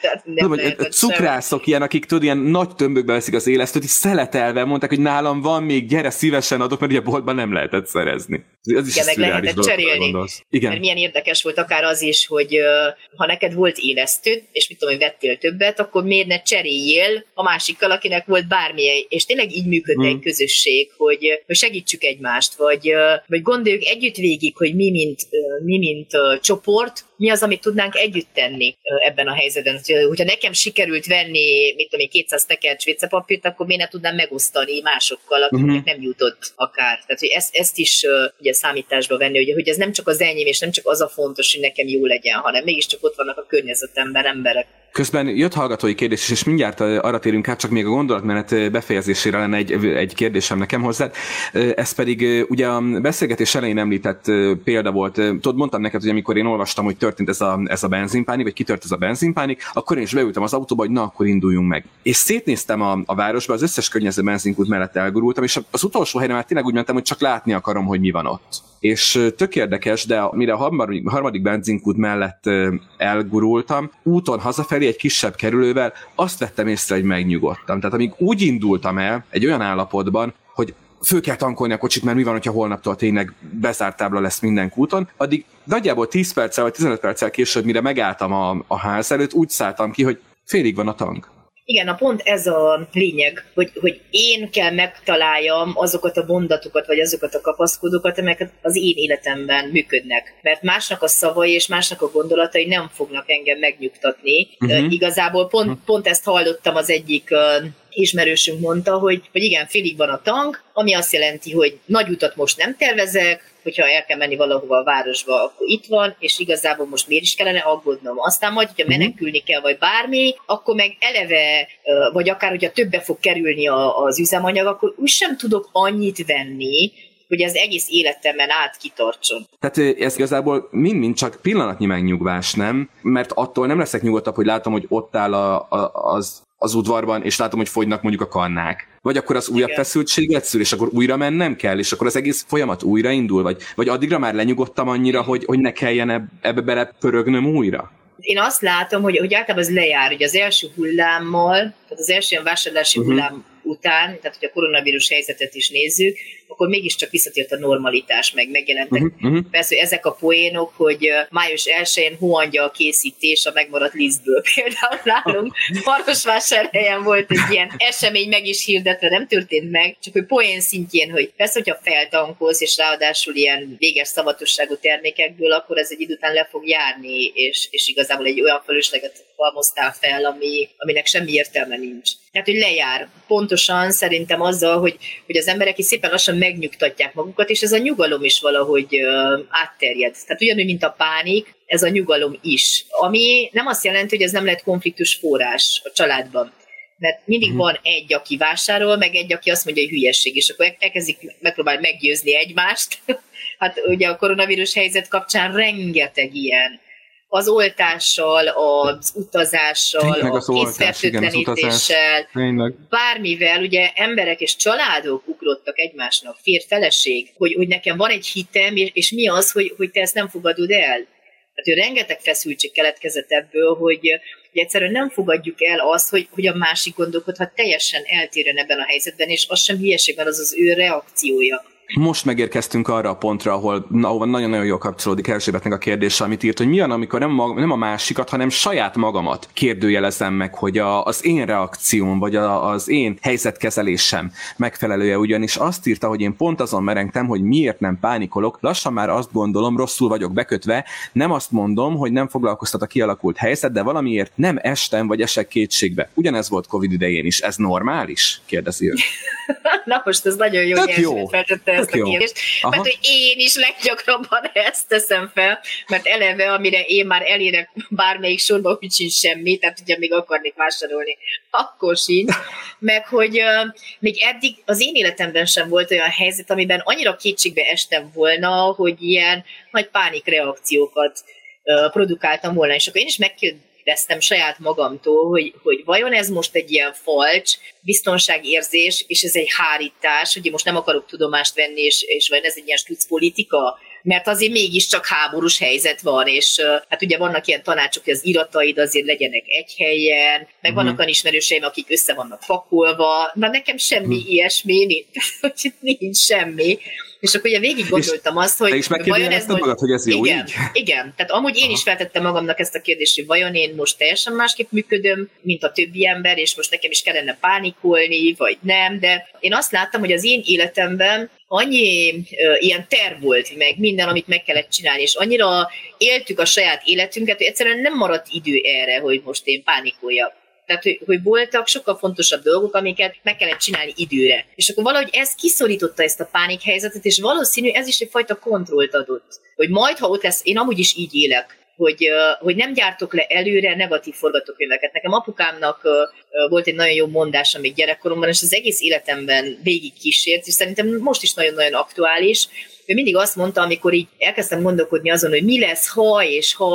Cukrászok ilyen, akik tudod, ilyen nagy tömbökbe veszik az élesztőt, és szeletelve mondták, hogy nálam van még, gyere, szívesen adok, mert ugye boltban nem lehetett szerezni. Ez is meg lehetett cserélni. Igen. Mert milyen érdekes volt akár az is, hogy ha neked volt élesztőd, és mit tudom, hogy vettél többet, akkor miért ne cseréljél a másikkal, akinek volt bármilyen, és tényleg így működne egy közösség, hogy segítsük egymást, vagy gondoljuk együtt végig, hogy mi mint csoport, mi az, amit tudnánk együtt tenni ebben a helyzetben. Hogyha nekem sikerült venni, mit tudom én, 200 tekercs WC-papírt, akkor miért ne tudnám megosztani másokkal, akiknek nem jutott akár. Tehát, hogy ezt is ugye számításba venni, hogy ez nem csak az enyém, és nem csak az a fontos, hogy nekem jó legyen, hanem mégiscsak ott vannak a környezetemben emberek. Közben jött hallgatói kérdés, és mindjárt arra térünk át, csak még a gondolatmenet befejezésére lenne egy kérdésem nekem hozzá. Ez pedig ugye a beszélgetés elején említett példa volt. Tudod, mondtam neked, hogy amikor én olvastam, hogy történt ez a benzinpánik, vagy kitört ez a benzinpánik, akkor én is beültem az autóba, hogy na, akkor induljunk meg. És szétnéztem a városba, az összes környező benzinkút mellett elgurultam, és az utolsó helyre már tényleg úgy mentem, hogy csak látni akarom, hogy mi van ott. És tök érdekes, de mire a harmadik benzinkút mellett elgurultam, úton hazafelé egy kisebb kerülővel azt vettem észre, hogy megnyugodtam. Tehát amíg úgy indultam el egy olyan állapotban, hogy föl kell tankolni a kocsit, mert mi van, hogyha holnaptól tényleg bezárt tábla lesz minden kúton, addig nagyjából 10 perccel vagy 15 perccel később, mire megálltam a ház előtt, úgy szálltam ki, hogy félig van a tank. Igen, pont ez a lényeg, hogy én kell megtaláljam azokat a mondatokat, vagy azokat a kapaszkodókat, amelyek az én életemben működnek. Mert másnak a szavai és másnak a gondolatai nem fognak engem megnyugtatni. Igazából pont ezt hallottam, az egyik ismerősünk mondta, hogy igen, félig van a tank, ami azt jelenti, hogy nagy utat most nem tervezek, hogyha el kell menni valahova a városba, akkor itt van, és igazából most miért is kellene aggódnom. Aztán majd, hogyha menekülni kell, vagy bármi, akkor meg eleve, vagy akár, hogyha többe fog kerülni az üzemanyag, akkor úgy sem tudok annyit venni, hogy az egész életemben át kitartson. Tehát ez igazából mind-mind csak pillanatnyi megnyugvás, nem? Mert attól nem leszek nyugodtabb, hogy látom, hogy ott áll az udvarban, és látom, hogy fogynak mondjuk a kannák. Vagy akkor az újabb feszültséget szül, és akkor újra mennem kell, és akkor az egész folyamat újraindul, vagy addigra már lenyugodtam annyira, hogy ne kelljen ebbe belepörögnöm újra? Én azt látom, hogy általában ez lejár, hogy az első hullámmal, tehát az első ilyen vásárlási hullám után, tehát hogy a koronavírus helyzetet is nézzük, akkor mégiscsak visszatért a normalitás, megjelentek. Persze, hogy ezek a poénok, hogy május 1-én hóangyal készítés a megmaradt lisztből. Például nálunk Marosvásárhelyen volt egy ilyen esemény, meg is hirdetve, nem történt meg, csak hogy poén szintjén, hogy persze, hogyha feltankolsz, és ráadásul ilyen véges szavatosságú termékekből, akkor ez egy idő után le fog járni, és igazából egy olyan fölösleget halmoztál fel, aminek semmi értelme nincs. Tehát, hogy lejár. Pontosan szerintem azzal, hogy az emberek is szépen lassan megnyugtatják magukat, és ez a nyugalom is valahogy átterjed. Tehát ugyanúgy, mint a pánik, ez a nyugalom is. Ami nem azt jelenti, hogy ez nem lehet konfliktus forrás a családban. Mert mindig van egy, aki vásárol, meg egy, aki azt mondja, hogy hülyesség, és akkor elkezdik megpróbálni meggyőzni egymást. Hát ugye a koronavírus helyzet kapcsán rengeteg ilyen. Az oltással, az utazással, a készfertőtlenítéssel, bármivel, ugye emberek és családok ugrottak egymásnak, férj-feleség, hogy nekem van egy hitem, és mi az, hogy te ezt nem fogadod el? Tehát rengeteg feszültség keletkezett ebből, hogy egyszerűen nem fogadjuk el azt, hogy a másik gondolkodhat teljesen eltérően ebben a helyzetben, és az sem hülyeség, mert az az ő reakciója. Most megérkeztünk arra a pontra, ahol nagyon-nagyon jól kapcsolódik Erzsébetnek a kérdése, amit írt, hogy mi amikor nem a másikat, hanem saját magamat kérdőjelezem meg, hogy az én reakcióm, vagy az én helyzetkezelésem megfelelője, ugyanis azt írta, hogy én pont azon merengtem, hogy miért nem pánikolok, lassan már azt gondolom, rosszul vagyok bekötve, nem azt mondom, hogy nem foglalkoztat a kialakult helyzet, de valamiért nem estem, vagy esek kétségbe. Ugyanez volt Covid idején is. Ez normális? Kérdezi ő. Na most ez nagyon jó, hogy feltette ezt a kérdést, mert hogy én is leggyakrabban ezt teszem fel, mert eleve, amire én már elérek bármelyik sorban, hogy sincs semmi, tehát ugye még akarnék vásárolni, akkor sincs, meg hogy még eddig az én életemben sem volt olyan helyzet, amiben annyira kétségbe estem volna, hogy ilyen nagy pánikreakciókat produkáltam volna, és akkor én is megkérdeztem saját magamtól, hogy vajon ez most egy ilyen falcs biztonságérzés, és ez egy hárítás, hogy én most nem akarok tudomást venni, és vajon ez egy ilyen stuccpolitika, mert azért mégiscsak háborús helyzet van, és hát ugye vannak ilyen tanácsok, hogy az irataid azért legyenek egy helyen, meg vannak olyan ismerőseim, akik össze vannak pakolva, na nekem semmi ilyesmi, nincs semmi. És akkor ugye végig gondoltam azt, hogy... Te is megkérdezted magad, hogy ez jó igen, így? Igen, tehát amúgy én is feltettem magamnak ezt a kérdést, hogy vajon én most teljesen másképp működöm, mint a többi ember, és most nekem is kellene pánikolni, vagy nem, de én azt láttam, hogy az én életemben annyi ilyen terv volt, meg minden, amit meg kellett csinálni, és annyira éltük a saját életünket, hogy egyszerűen nem maradt idő erre, hogy most én pánikoljak. Tehát, hogy voltak sokkal fontosabb dolgok, amiket meg kellett csinálni időre. És akkor valahogy ez kiszorította ezt a pánikhelyzetet, és valószínű ez is egyfajta kontrollt adott. Hogy majd, ha ott lesz, én amúgy is így élek, hogy nem gyártok le előre negatív forgatókönyveket. Nekem apukámnak volt egy nagyon jó mondása még gyerekkoromban, és az egész életemben végig kísért, és szerintem most is nagyon-nagyon aktuális. Ő mindig azt mondta, amikor így elkezdtem gondolkodni azon, hogy mi lesz, ha,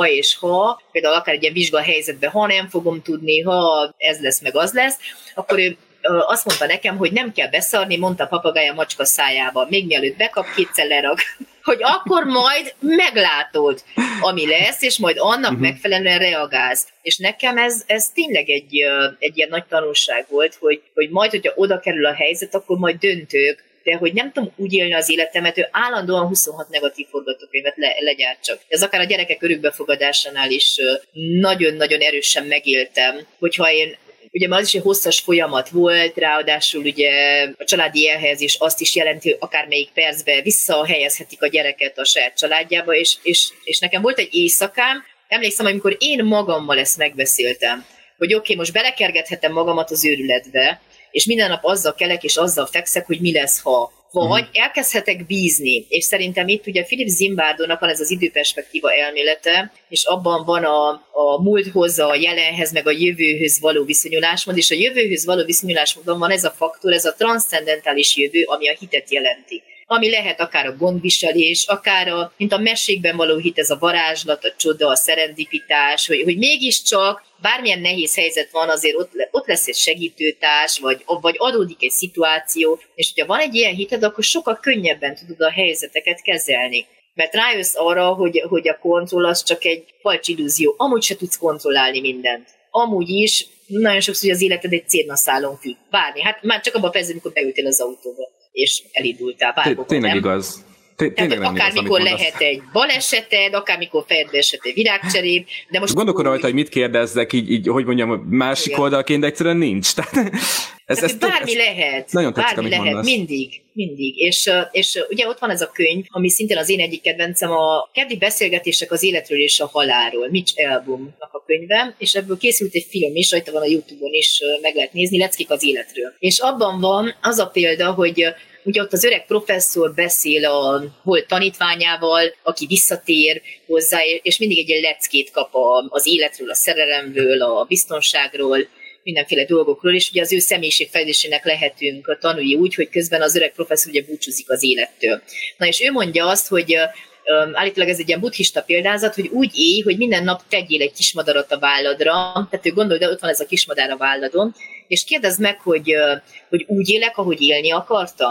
például akár egy ilyen vizsgahelyzetben, ha nem fogom tudni, ha ez lesz, meg az lesz, akkor ő azt mondta nekem, hogy nem kell beszarni, mondta a papagája macska szájába, még mielőtt bekap, kétszer lerak, hogy akkor majd meglátod, ami lesz, és majd annak megfelelően reagálsz. És nekem ez tényleg egy ilyen nagy tanulság volt, hogy majd, hogyha oda kerül a helyzet, akkor majd döntök, de hogy nem tudom úgy élni az életemet, hogy állandóan 26 negatív forgatókönyvet legyártsak. Ez akár a gyerekek örökbefogadásánál is nagyon-nagyon erősen megéltem, hogyha én ugye már az is egy hosszas folyamat volt, ráadásul ugye a családi elhelyezés azt is jelenti, hogy akármelyik percben visszahelyezhetik a gyereket a saját családjába, és nekem volt egy éjszakám, emlékszem, amikor én magammal ezt megbeszéltem, hogy oké, most belekergethetem magamat az őrületbe, és minden nap azzal kelek, és azzal fekszek, hogy mi lesz, ha. Vagy elkezdhetek bízni, és szerintem itt ugye Philip Zimbardo-nak van ez az időperspektíva elmélete, és abban van a múlthoz, a jelenhez, meg a jövőhöz való viszonyulásmód, és a jövőhöz való viszonyulásmódban van ez a faktor, ez a transzcendentális jövő, ami a hitet jelenti. Ami lehet akár a gondviselés, akár mint a mesékben való hit, ez a varázslat, a csoda, a szerendipitás, hogy mégiscsak bármilyen nehéz helyzet van, azért ott lesz egy segítőtárs, vagy adódik egy szituáció, és hogyha van egy ilyen hited, akkor sokkal könnyebben tudod a helyzeteket kezelni. Mert rájössz arra, hogy a kontroll az csak egy falcs illúzió. Amúgy se tudsz kontrollálni mindent. Amúgy is nagyon sokszor, hogy az életed egy cérnaszálon függ. Bármi. Hát már csak abban a percben, amikor beültél az autóba, és elindultál bárhova. Tényleg igaz. Akármikor lehet egy baleseted, akármikor fejedbe esett egy virágcserép, de most... Gondolkodom rajta, hogy mit kérdezzek, így hogy mondjam, másik oldalként, de egyszerűen nincs. Tehát bármi lehet. Nagyon tetszik, bármi lehet, mondasz. mindig. És ugye ott van ez a könyv, ami szintén az én egyik kedvencem, a Keddi beszélgetések az életről és a halálról, Mitch Albomnak a könyve, és ebből készült egy film is, rajta van a YouTube-on is, meg lehet nézni, Leckik az életről. És abban van az a példa, hogy ugye ott az öreg professzor beszél a volt tanítványával, aki visszatér hozzá, és mindig egy ilyen leckét kap az életről, a szerelemről, a biztonságról, mindenféle dolgokról, és ugye az ő személyiségfejlődésének lehetünk tanulni úgy, hogy közben az öreg professzor ugye búcsúzik az élettől. Na és ő mondja azt, hogy állítólag ez egy ilyen buddhista példázat, hogy úgy élj, hogy minden nap tegyél egy kismadarat a válladra, tehát ő gondolja, de ott van ez a kismadár a válladon, és kérdezd meg, hogy úgy élek, ahogy élni akartam.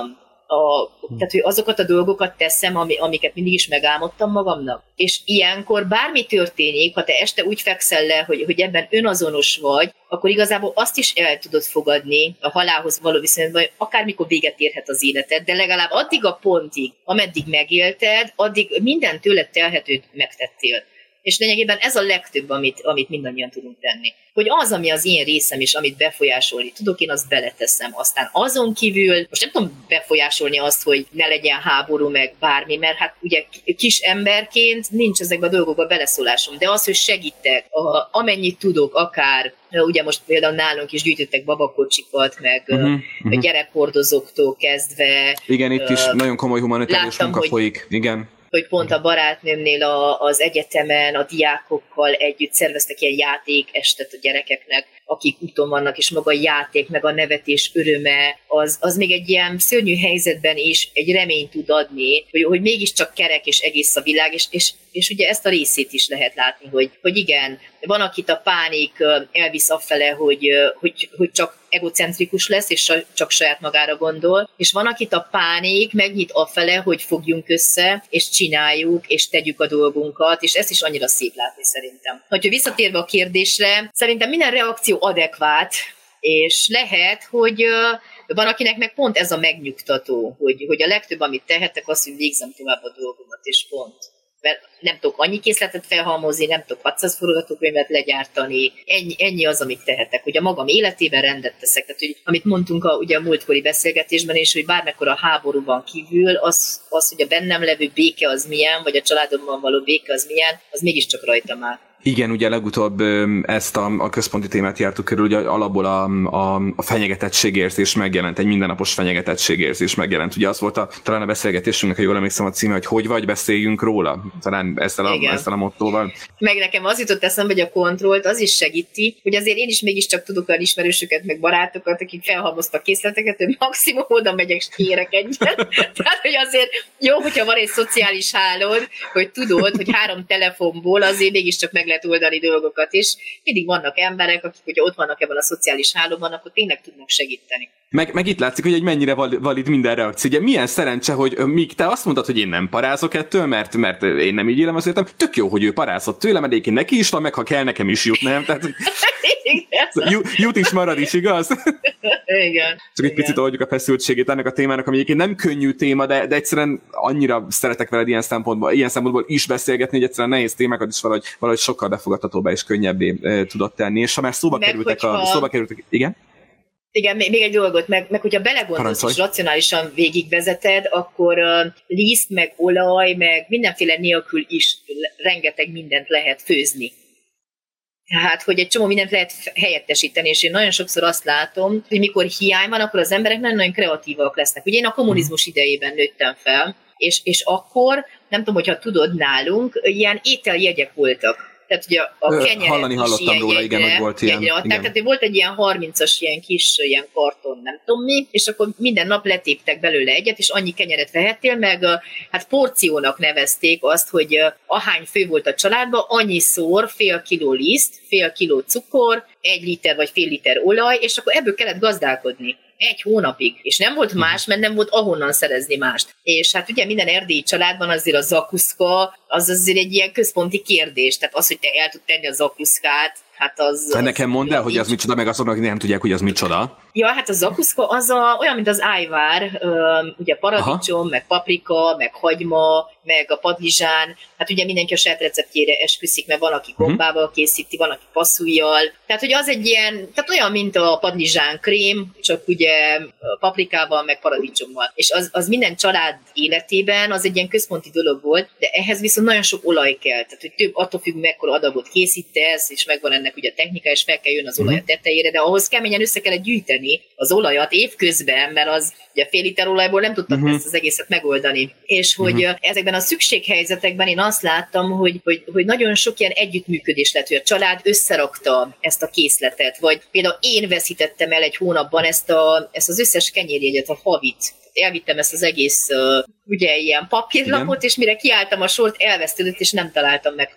tehát, hogy azokat a dolgokat teszem, amiket mindig is megálmodtam magamnak. És ilyenkor bármi történik, ha te este úgy fekszel le, hogy ebben önazonos vagy, akkor igazából azt is el tudod fogadni a halálhoz való viszonylatban, hogy akármikor véget érhet az életed, de legalább addig a pontig, ameddig megélted, addig minden tőled telhetőt megtettél. És lényegében ez a legtöbb, amit mindannyian tudunk tenni. Hogy az, ami az én részem, és amit befolyásolni tudok, én azt beleteszem. Aztán azon kívül, most nem tudom befolyásolni azt, hogy ne legyen háború, meg bármi, mert hát ugye kis emberként nincs ezekbe a dolgokba beleszólásom, de az, hogy segítek, amennyit tudok, akár, ugye most például nálunk is gyűjtöttek babakocsikat, meg gyerekhordozóktól kezdve. Igen, itt is nagyon komoly humanitárius munka folyik. Igen. Hogy pont a barátnőmnél az egyetemen a diákokkal együtt szerveztek ilyen játékestet a gyerekeknek, akik úton vannak, és maga a játék, meg a nevetés öröme, az még egy ilyen szörnyű helyzetben is egy reményt tud adni, hogy mégiscsak kerek és egész a világ, és ugye ezt a részét is lehet látni, hogy igen, van, akit a pánik elvisz affele, hogy csak egocentrikus lesz, és csak saját magára gondol, és van, akit a pánik megnyit affele, hogy fogjunk össze, és csináljuk, és tegyük a dolgunkat, és ezt is annyira szép látni szerintem. Hogyha visszatérve a kérdésre, szerintem minden reakció adekvát, és lehet, hogy van, akinek meg pont ez a megnyugtató, hogy a legtöbb, amit tehetek, az, hogy végzem tovább a dolgomat, és pont. Mert nem tudok annyi készletet felhalmozni, nem tudok 600 forgatókönyvet legyártani, ennyi az, amit tehetek, hogy a magam életében rendet teszek. Tehát, hogy, amit mondtunk ugye a múltkori beszélgetésben is, hogy bármekkora háborúban kívül, az, hogy a bennem levő béke az milyen, vagy a családomban való béke az milyen, az mégiscsak rajtam áll. Igen, ugye legutóbb ezt a központi témát jártuk körül, ugye alapból a fenyegetettségérzés megjelent, egy mindennapos fenyegetettségérzés megjelent. Ugye az volt talán a beszélgetésünknek, ha jól emlékszem a címe, hogy vagy beszéljünk róla, talán ezzel a mottóval. Meg nekem az jutott eszembe, hogy a kontrollt az is segíti, hogy azért én is mégiscsak tudok olyan ismerősöket, meg barátokat, akik felhalmoztak készleteket, hogy maximum oda megyek, és kérek egyet. Tehát, hogy azért jó, hogyha van egy szociális hálód, hogy tudod, hogy 3 telefonból azért mégiscsak meg lehet oldani dolgokat, és mindig vannak emberek, akik ugye ott vannak ebben a szociális hálóban, akkor tényleg tudnak segíteni. Meg itt látszik, hogy egy mennyire valid minden reakció. Ugye milyen szerencse, hogy míg te azt mondtad, hogy én nem parázok ettől, mert én nem így élem az életem, tök jó, hogy ő parázott tőlem, egyébként neki is van, meg ha kell, nekem is jut, nem? Tehát, jut is, marad is, igaz? Igen. Csak egy picit oldjuk a feszültségét ennek a témának, ami egyébként nem könnyű téma, de egyszerűen annyira szeretek veled ilyen szempontból is beszélgetni, hogy egyszerűen nehéz témákat is valahogy sokkal befogadhatóbbá és könnyebbé tudott tenni. És ha már szóba kerültek, igen? Igen, még egy dolgot, meg hogyha belegondolsz és racionálisan végigvezeted, akkor liszt, meg olaj, meg mindenféle nélkül is rengeteg mindent lehet főzni. Tehát, hogy egy csomó mindent lehet helyettesíteni, és én nagyon sokszor azt látom, hogy mikor hiány van, akkor az emberek nagyon kreatívak lesznek. Ugye én a kommunizmus idejében nőttem fel, és akkor, nem tudom, hogyha tudod, nálunk ilyen ételjegyek voltak. Tehát ugye a kenyeret hallottam róla, igen, hogy volt ilyen. Tehát volt egy ilyen 30-as ilyen kis ilyen karton, nem tudom mi, és akkor minden nap letéptek belőle egyet, és annyi kenyeret vehettél, meg hát porciónak nevezték azt, hogy ahány fő volt a családban, annyiszor fél kiló liszt, fél kiló cukor, 1 liter vagy fél liter olaj, és akkor ebből kellett gazdálkodni. 1 hónapig. És nem volt más, mert nem volt ahonnan szerezni mást. És hát ugye minden erdélyi családban azért a zakuszka, az azért egy ilyen központi kérdés. Tehát az, hogy te el tud tenni a zakuszkát, hát az... Nekem mondd el, hogy az micsoda, meg azoknak, akik nem tudják, hogy az micsoda. Ja, hát a zakuszka az olyan, mint az ájvár, ugye paradicsom, meg paprika, meg hagyma, meg a padlizsán. Hát ugye mindenki a saját receptjére esküszik, mert van, aki gombával készíti, van, aki passzujjal. Tehát, hogy az egy ilyen, tehát olyan, mint a padlizsán krém, csak ugye paprikával, meg paradicsommal. És az minden család életében az egy ilyen központi dolog volt, de ehhez viszont nagyon sok olaj kell. Tehát, hogy több attól függ, mekkora adagot készítesz, és megvan ennek ugye a technika, és fel kell jönni az olaj a tetejére, de ahhoz keményen össze kellett gyűjteni az olajat évközben, mert az ugye fél liter olajból nem tudtak ezt az egészet megoldani. És hogy ezekben a szükséghelyzetekben én azt láttam, hogy nagyon sok ilyen együttműködés lett, hogy a család összerakta ezt a készletet, vagy például én veszítettem el egy hónapban ezt az összes kenyérjegyet, a havit. Elvittem ezt az egész ugye ilyen papírlapot, és mire kiálltam a sort, elvesztődött, és nem találtam meg.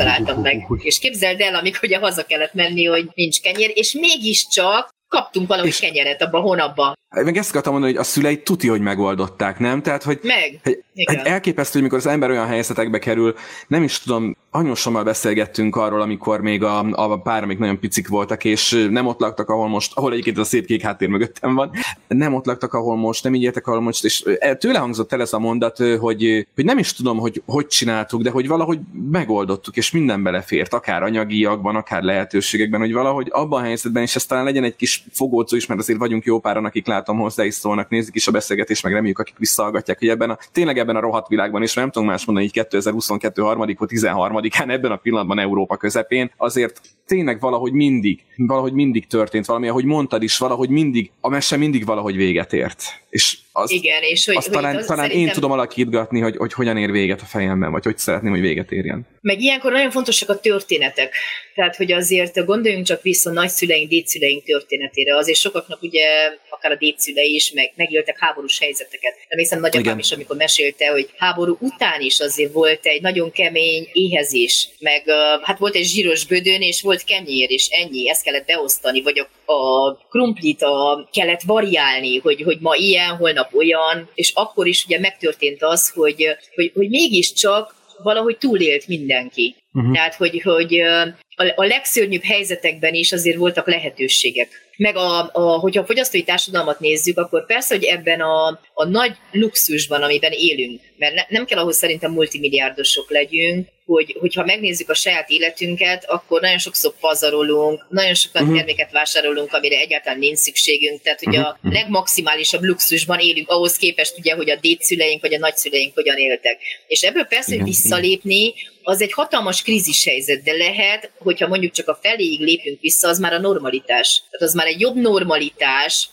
És képzeld el, amikor ugye haza kellett menni, hogy nincs kenyér, és mégiscsak kaptunk valami kenyeret abban a hónapban. Meg ezt akartam mondani, hogy a szülei tuti, hogy megoldották, nem? Tehát, hogy elképesztő, hogy mikor az ember olyan helyzetekbe kerül, nem is tudom, anyósommal beszélgettünk arról, amikor még a pár, amik nagyon picik voltak, és nem ott laktak, ahol egyébként a szép kék háttér mögöttem van, nem ott laktak, ahol most, nem így éltek, ahol most, és tőle hangzott el ez a mondat, hogy nem is tudom, hogy csináltuk, de hogy valahogy megoldottuk, és minden belefért, akár anyagiakban, akár lehetőségekben, hogy valahogy abban a helyzetben, és ez talán legyen egy kis fogódzó is, mert azért vagyunk jó páran, akik látom hozzá is szólnak, nézik is a beszélgetést, meg reméljük, akik visszahallgatják, hogy tényleg ebben a rohadt világban, és nem tudunk más mondani, így 2022. 13-án ebben a pillanatban Európa közepén, azért tényleg valahogy mindig történt valami, ahogy mondtad is, valahogy mindig, a mese mindig valahogy véget ért. És igen, és hogy talán szerintem... én tudom alakítgatni, hogy hogyan ér véget a fejemben, vagy hogy szeretném, hogy véget érjen. Meg ilyenkor nagyon fontosak a történetek. Tehát, hogy azért gondoljunk csak vissza nagyszüleink, dédszüleink történetére. Azért sokaknak ugye, akár a dédszülei is megéltek háborús helyzeteket. Emlékszem nagyapám is, amikor mesélte, hogy háború után is azért volt egy nagyon kemény éhezés, meg hát volt egy zsíros bödön, és volt kenyér, és ennyi, ezt kellett beosztani, vagy a krumplit kellett variálni, hogy ma ilyen, holnap olyan, és akkor is ugye megtörtént az, hogy mégiscsak valahogy túlélt mindenki. Tehát, hogy a legszörnyűbb helyzetekben is azért voltak lehetőségek. Meg hogyha a fogyasztói társadalmat nézzük, akkor persze, hogy ebben a nagy luxusban, amiben élünk, mert nem kell ahhoz szerintem multimilliárdosok legyünk, hogyha megnézzük a saját életünket, akkor nagyon sokszor pazarolunk, nagyon sokan terméket vásárolunk, amire egyáltalán nincs szükségünk, tehát hogy a legmaximálisabb luxusban élünk ahhoz képest, ugye, hogy a dédszüleink vagy a nagyszüleink hogyan éltek. És ebből persze, hogy visszalépni, az egy hatalmas krízis helyzet, de lehet, hogyha mondjuk csak a feléig lépünk vissza, az már a normalitás. Tehát az már egy jobb normalitás,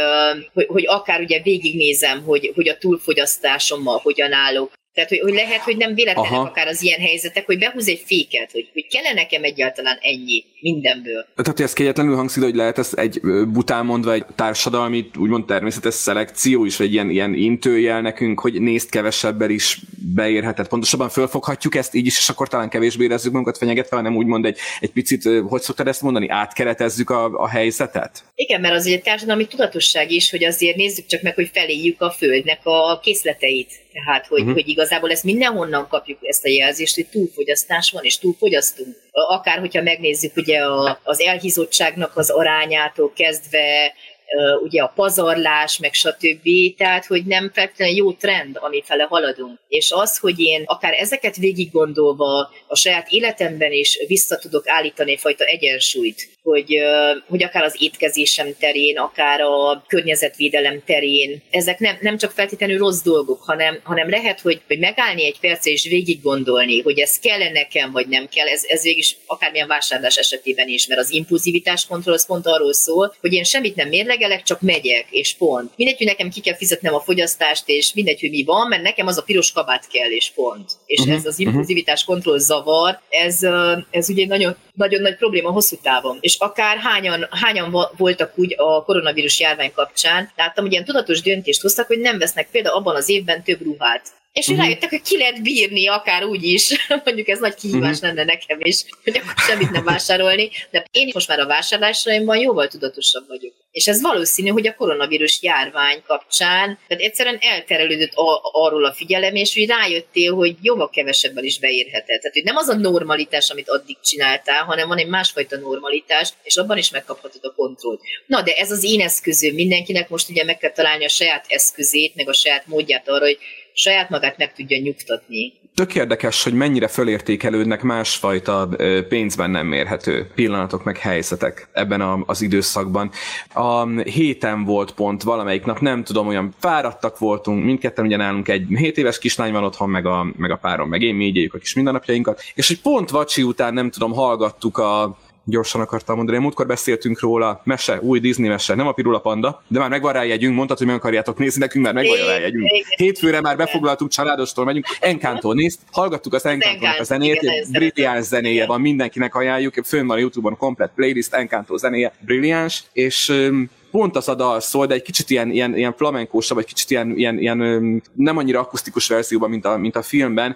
hogy akár ugye végignézem, hogy a túlfogyasztásommal hogyan állok. Tehát, hogy lehet, hogy nem véletlenek akár az ilyen helyzetek, hogy behúz egy féket, hogy kell nekem egyáltalán ennyi mindenből. Tehát, hogy ez kegyetlenül hangzik, hogy lehet ez egy bután mondva egy társadalmi, úgymond természetes szelekció is, vagy ilyen intőjel nekünk, hogy nézd kevesebbel is beérhetett. Pontosabban fölfoghatjuk ezt így is, és akkor talán kevésbé érezzük magunkat fenyegetve, hanem úgymond egy picit, hogy szoktad ezt mondani, átkeretezzük a helyzetet? Igen, mert az egy társadalmi tudatosság is, hogy azért nézzük csak meg, hogy feléjük a földnek a készleteit. Tehát, hogy igazából ezt mindenhonnan kapjuk ezt a jelzést, hogy túlfogyasztás van, és túlfogyasztunk. Akár, hogyha megnézzük ugye az elhízottságnak az arányától kezdve, ugye a pazarlás, meg stb. Tehát, hogy nem feltétlenül jó trend, amifele haladunk. És az, hogy én akár ezeket végig gondolva a saját életemben is vissza tudok állítani egyfajta egyensúlyt, hogy akár az étkezésem terén, akár a környezetvédelem terén, ezek nem csak feltétlenül rossz dolgok, hanem lehet, hogy megállni egy percre és végig gondolni, hogy ez kell nekem, vagy nem kell, ez végig is akármilyen vásárlás esetében is, mert az impulzivitás kontroll az pont arról szól, hogy én semmit nem mérlegelek, csak megyek, és pont. Mindegy, hogy nekem ki kell fizetnem a fogyasztást, és mindegy, hogy mi van, mert nekem az a piros kabát kell, és pont. És ez az impulzivitás kontroll zavar, ez ugye nagyon, nagyon nagy probléma hosszú távon. És akár hányan voltak úgy a koronavírus járvány kapcsán, láttam, hogy ilyen tudatos döntést hoztak, hogy nem vesznek például abban az évben több ruhát. És rájöttek, hogy ki lehet bírni, akár úgy is. Mondjuk ez nagy kihívás lenne nekem is, hogy akkor semmit nem vásárolni. De én most már a vásárlásaimban jóval tudatosabb vagyok. És ez valószínű, hogy a koronavírus járvány kapcsán, tehát egyszerűen elterelődött arról a figyelem, és hogy rájöttél, hogy jóval kevesebben is beérheted. Tehát, hogy nem az a normalitás, amit addig csináltál, hanem van egy másfajta normalitás, és abban is megkaphatod a kontrollt. Na, de ez az én eszközöm. Mindenkinek most ugye meg kell találni a saját eszközét, meg a saját módját arra, hogy saját magát meg tudja nyugtatni. Tök érdekes, hogy mennyire fölértékelődnek másfajta pénzben nem mérhető pillanatok meg helyzetek ebben az időszakban. A héten volt pont valamelyik nap, nem tudom, olyan fáradtak voltunk, mindketten ugye nálunk egy 7 éves kislány van otthon, meg a párom, meg én, mi így éljük a kis mindennapjainkat, és hogy pont vacsi után, nem tudom, hallgattuk gyorsan akartam mondani, múltkor beszéltünk róla, mese, új Disney mese, nem a Pirula Panda, de már megvan rá jegyünk, mondtad, hogy meg akarjátok nézni, nekünk már megvan rá jegyünk. Hétfőre már befoglaltuk, családostól megyünk, Encanto nézd, hallgattuk az Encantónak a zenét, brilliáns zenéje van, mindenkinek ajánljuk, fönn van a YouTube-on komplet playlist, Encanto zenéje, brilliáns, és pont az a dal szól, de egy kicsit ilyen flamenkósabb, vagy kicsit ilyen nem annyira akusztikus verzióban, mint a filmben,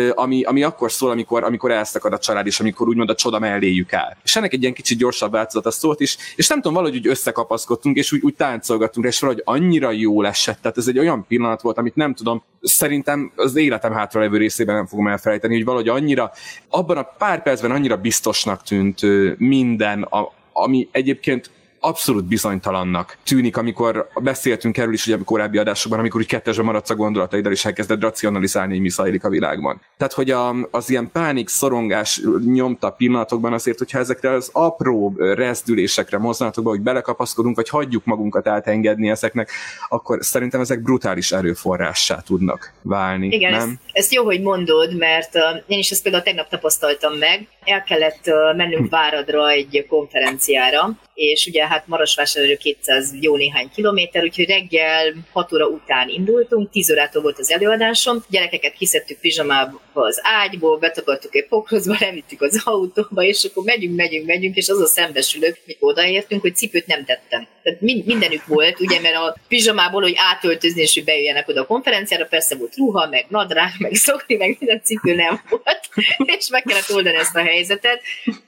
ami akkor szól, amikor elszakad a család, és amikor úgymond a csoda melléjük áll. És ennek egy ilyen kicsit gyorsabb változata szólt is, és nem tudom, valahogy úgy összekapaszkodtunk, és úgy táncolgattunk, és valahogy annyira jól esett. Tehát ez egy olyan pillanat volt, amit nem tudom, szerintem az életem hátralevő részében nem fogom elfelejteni, hogy valahogy annyira, abban a pár percben annyira biztosnak tűnt minden, ami egyébként abszolút bizonytalannak tűnik, amikor beszéltünk erről is ugye a korábbi adásokban, amikor úgy kettesben maradsz a gondolataiddal, és elkezded racionalizálni, hogy mi zajlik a világban. Tehát, hogy az ilyen pánik, szorongás nyomta pillanatokban azért, hogyha ezekre az apró rezdülésekre, mozzanatokba, hogy belekapaszkodunk, vagy hagyjuk magunkat átengedni ezeknek, akkor szerintem ezek brutális erőforrássá tudnak válni. Igen, nem? Ezt jó, hogy mondod, mert én is ezt például tegnap tapasztaltam meg. El kellett mennünk Váradra egy konferenciára, és ugye hát Marosvásárhelyről 200 jó néhány kilométer, úgyhogy reggel 6 óra után indultunk, 10 órától volt az előadásom, gyerekeket kiszedtük pizsamába az ágyból, betakartuk egy pokrózba, levittük az autóba, és akkor megyünk, és az a szembesülök, mikor odaértünk, hogy cipőt nem tettem. Tehát mindenük volt, ugye, mert a pizsamából, hogy átöltözni, és hogy bejöjjenek oda a konferenciára, persze volt ruha, meg nadrág, meg szokni, meg minden, cipő nem volt, és meg kellett oldani ezt a helyzetet,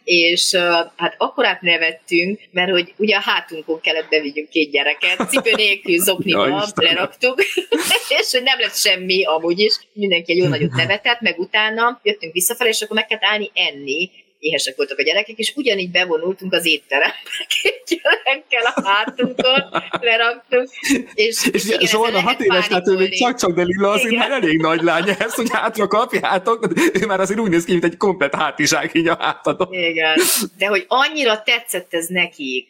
és hát akkorát nevettünk, mert hogy ugye a hátunkon kellett bevigyünk 2 gyereket, cipő nélkül zokniba leraktuk, és hogy nem lett semmi amúgy is, mindenki egy jó nagyot nevetett, meg utána jöttünk visszafelé, és akkor meg kellett állni enni, éhesek voltak a gyerekek, és ugyanígy bevonultunk az étterembe, 2 gyerekkel a hátunkon, leraktuk, és igen, Zsolna 6 éves, tehát ő még csak, de Lilla azért már elég nagy lány ehhez, hogy hátra kapjátok, ő már azért úgy néz ki, mint egy komplett hátizsák így a hátadon. Igen, de hogy annyira tetszett ez nekik,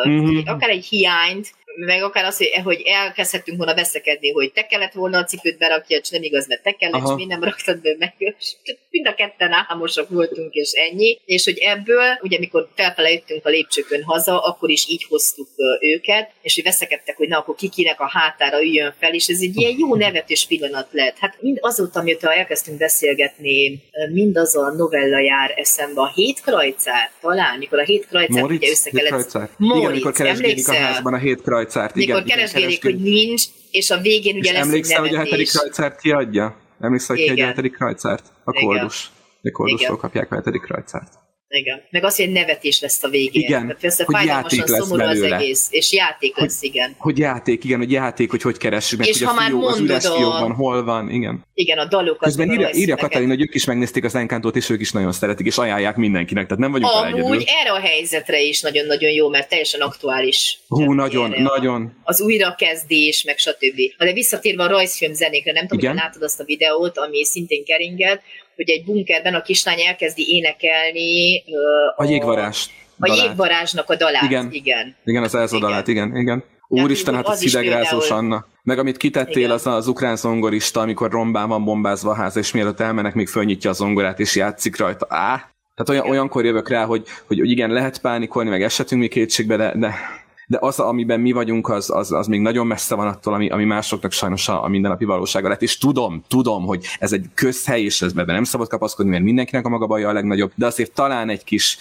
akár egy hiányt, meg akár az, hogy elkezdhettünk volna veszekedni, hogy te kellett volna a cipőt berakja, és nem igaz, mert te kellett, és mi nem raktad be meg. Mind a ketten álmosak voltunk, és ennyi. És hogy ebből, ugye mikor felfele jöttünk a lépcsőkön haza, akkor is így hoztuk őket, és hogy veszekedtek, hogy na, akkor kikinek a hátára üljön fel, és ez egy ilyen jó nevetős pillanat lett. Hát mind azóta, mióta elkezdtünk beszélgetni, mindaz a novella jár eszembe. A Hétkrajcár, talán, mikor a Hétkrajcár ugye össze kellett... Igen, amikor keresgélik a házban a Hétkrajcár. Mikor keresgélik, hogy nincs, és a végén ugye lesz egy nevetés. Emlékszel, hogy a 7. krajcárt kiadja? Emlékszel, hogy kiadja a 7. krajcárt? A Koldus. A Koldustól kapják a 7. krajcárt. Igen. Meg az, hogy nevetés lesz a végén. Igen, tehát persze hogy játék lesz szomorú belőle. az egész. És játék lesz, igen. Hogy játék, hogy keressük meg, és hogy a fiók, az üres fiókban hol van, igen. Igen, a dalokat. Közben írja Katalin, hogy ők is megnézték az Encantót, és ők is nagyon szeretik, és ajánlják mindenkinek, tehát nem vagyunk vele egyedül. Amúgy erre a helyzetre is nagyon-nagyon jó, mert teljesen aktuális. Nagyon. Az újrakezdés, meg stb. De visszatérve a rajzfilm zenékre, nem tudom, hogy látod azt a videót, ami szintén keringed, hogy egy bunkerben a kislány elkezdi énekelni a jégvarázs. A jégvarázsnak a dalát. Igen, az Elza dalát, igen. Úristen, hát az hidegrázós, Anna. Meg amit kitettél, az ukrán zongorista, amikor rombán van bombázva a ház, és mielőtt elmennek, még fölnyitja a zongorát, és játszik rajta. Tehát olyankor jövök rá, hogy igen, lehet pánikolni, meg esetünk mi kétségbe, de az, amiben mi vagyunk, az még nagyon messze van attól, ami másoknak sajnos a mindennapi valósága lett. És tudom, hogy ez egy közhely, és ebben nem szabad kapaszkodni, mert mindenkinek a maga baja a legnagyobb, de azért talán egy kis,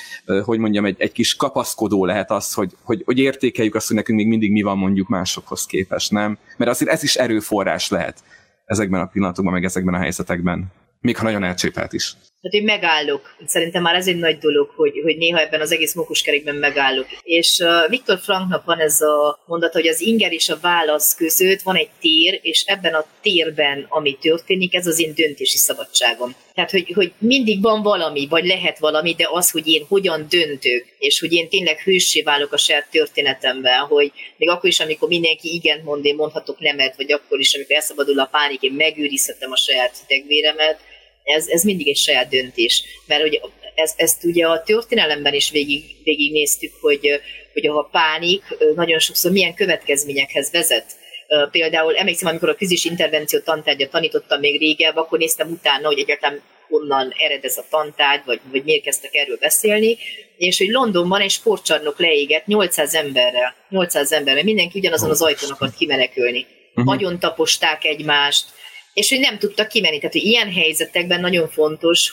egy kis kapaszkodó lehet az, hogy értékeljük azt, hogy nekünk még mindig mi van mondjuk másokhoz képest, nem? Mert azért ez is erőforrás lehet ezekben a pillanatokban, meg ezekben a helyzetekben. Még ha nagyon elcsépelt is. Tehát én megállok. Szerintem már ez egy nagy dolog, hogy néha ebben az egész mókuskerékben megállok. És Viktor Franknak van ez a mondata, hogy az inger és a válasz között van egy tér, és ebben a térben, ami történik, ez az én döntési szabadságom. Tehát, hogy mindig van valami, vagy lehet valami, de az, hogy én hogyan döntök, és hogy én tényleg hőssé válok a saját történetemben, hogy még akkor is, amikor mindenki igent mond, én mondhatok nemet, vagy akkor is, amikor elszabadul a pánik, én megőrizhetem a saját hidegvéremet, ez mindig egy saját döntés. Mert hogy ezt ugye a történelemben is végignéztük, hogy a pánik nagyon sokszor milyen következményekhez vezet. Például emlékszem, amikor a krízis intervenció tantárgyat tanítottam még régebb, akkor néztem utána, hogy egyáltalán honnan ered ez a tantárgy, vagy miért kezdtek erről beszélni, és hogy Londonban egy sportcsarnok leégett 800 emberrel, mindenki ugyanazon az ajtón akart kimenekülni. Nagyon taposták egymást, és hogy nem tudtak kimenni. Tehát, hogy ilyen helyzetekben nagyon fontos,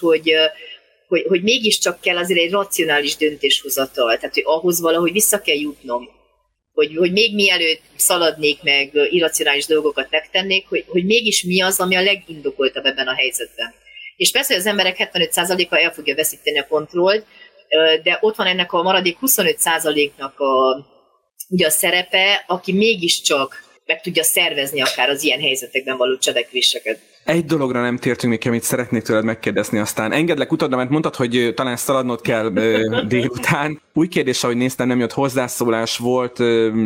hogy mégiscsak kell azért egy racionális döntéshozatal. Tehát, hogy ahhoz valahogy vissza kell jutnom. hogy még mielőtt szaladnék meg, irracionális dolgokat megtennék, hogy mégis mi az, ami a legindokoltabb ebben a helyzetben. És persze, hogy az emberek 75%-a el fogja veszíteni a kontrollt, de ott van ennek a maradék 25%-nak ugye a szerepe, aki mégiscsak meg tudja szervezni akár az ilyen helyzetekben való cselekvéseket. Egy dologra nem tértünk még, amit szeretnék tőled megkérdezni, aztán engedlek utódra, mert mondtad, hogy talán szaladnod kell délután. Új kérdés, ahogy néztem, nem jött hozzászólás, volt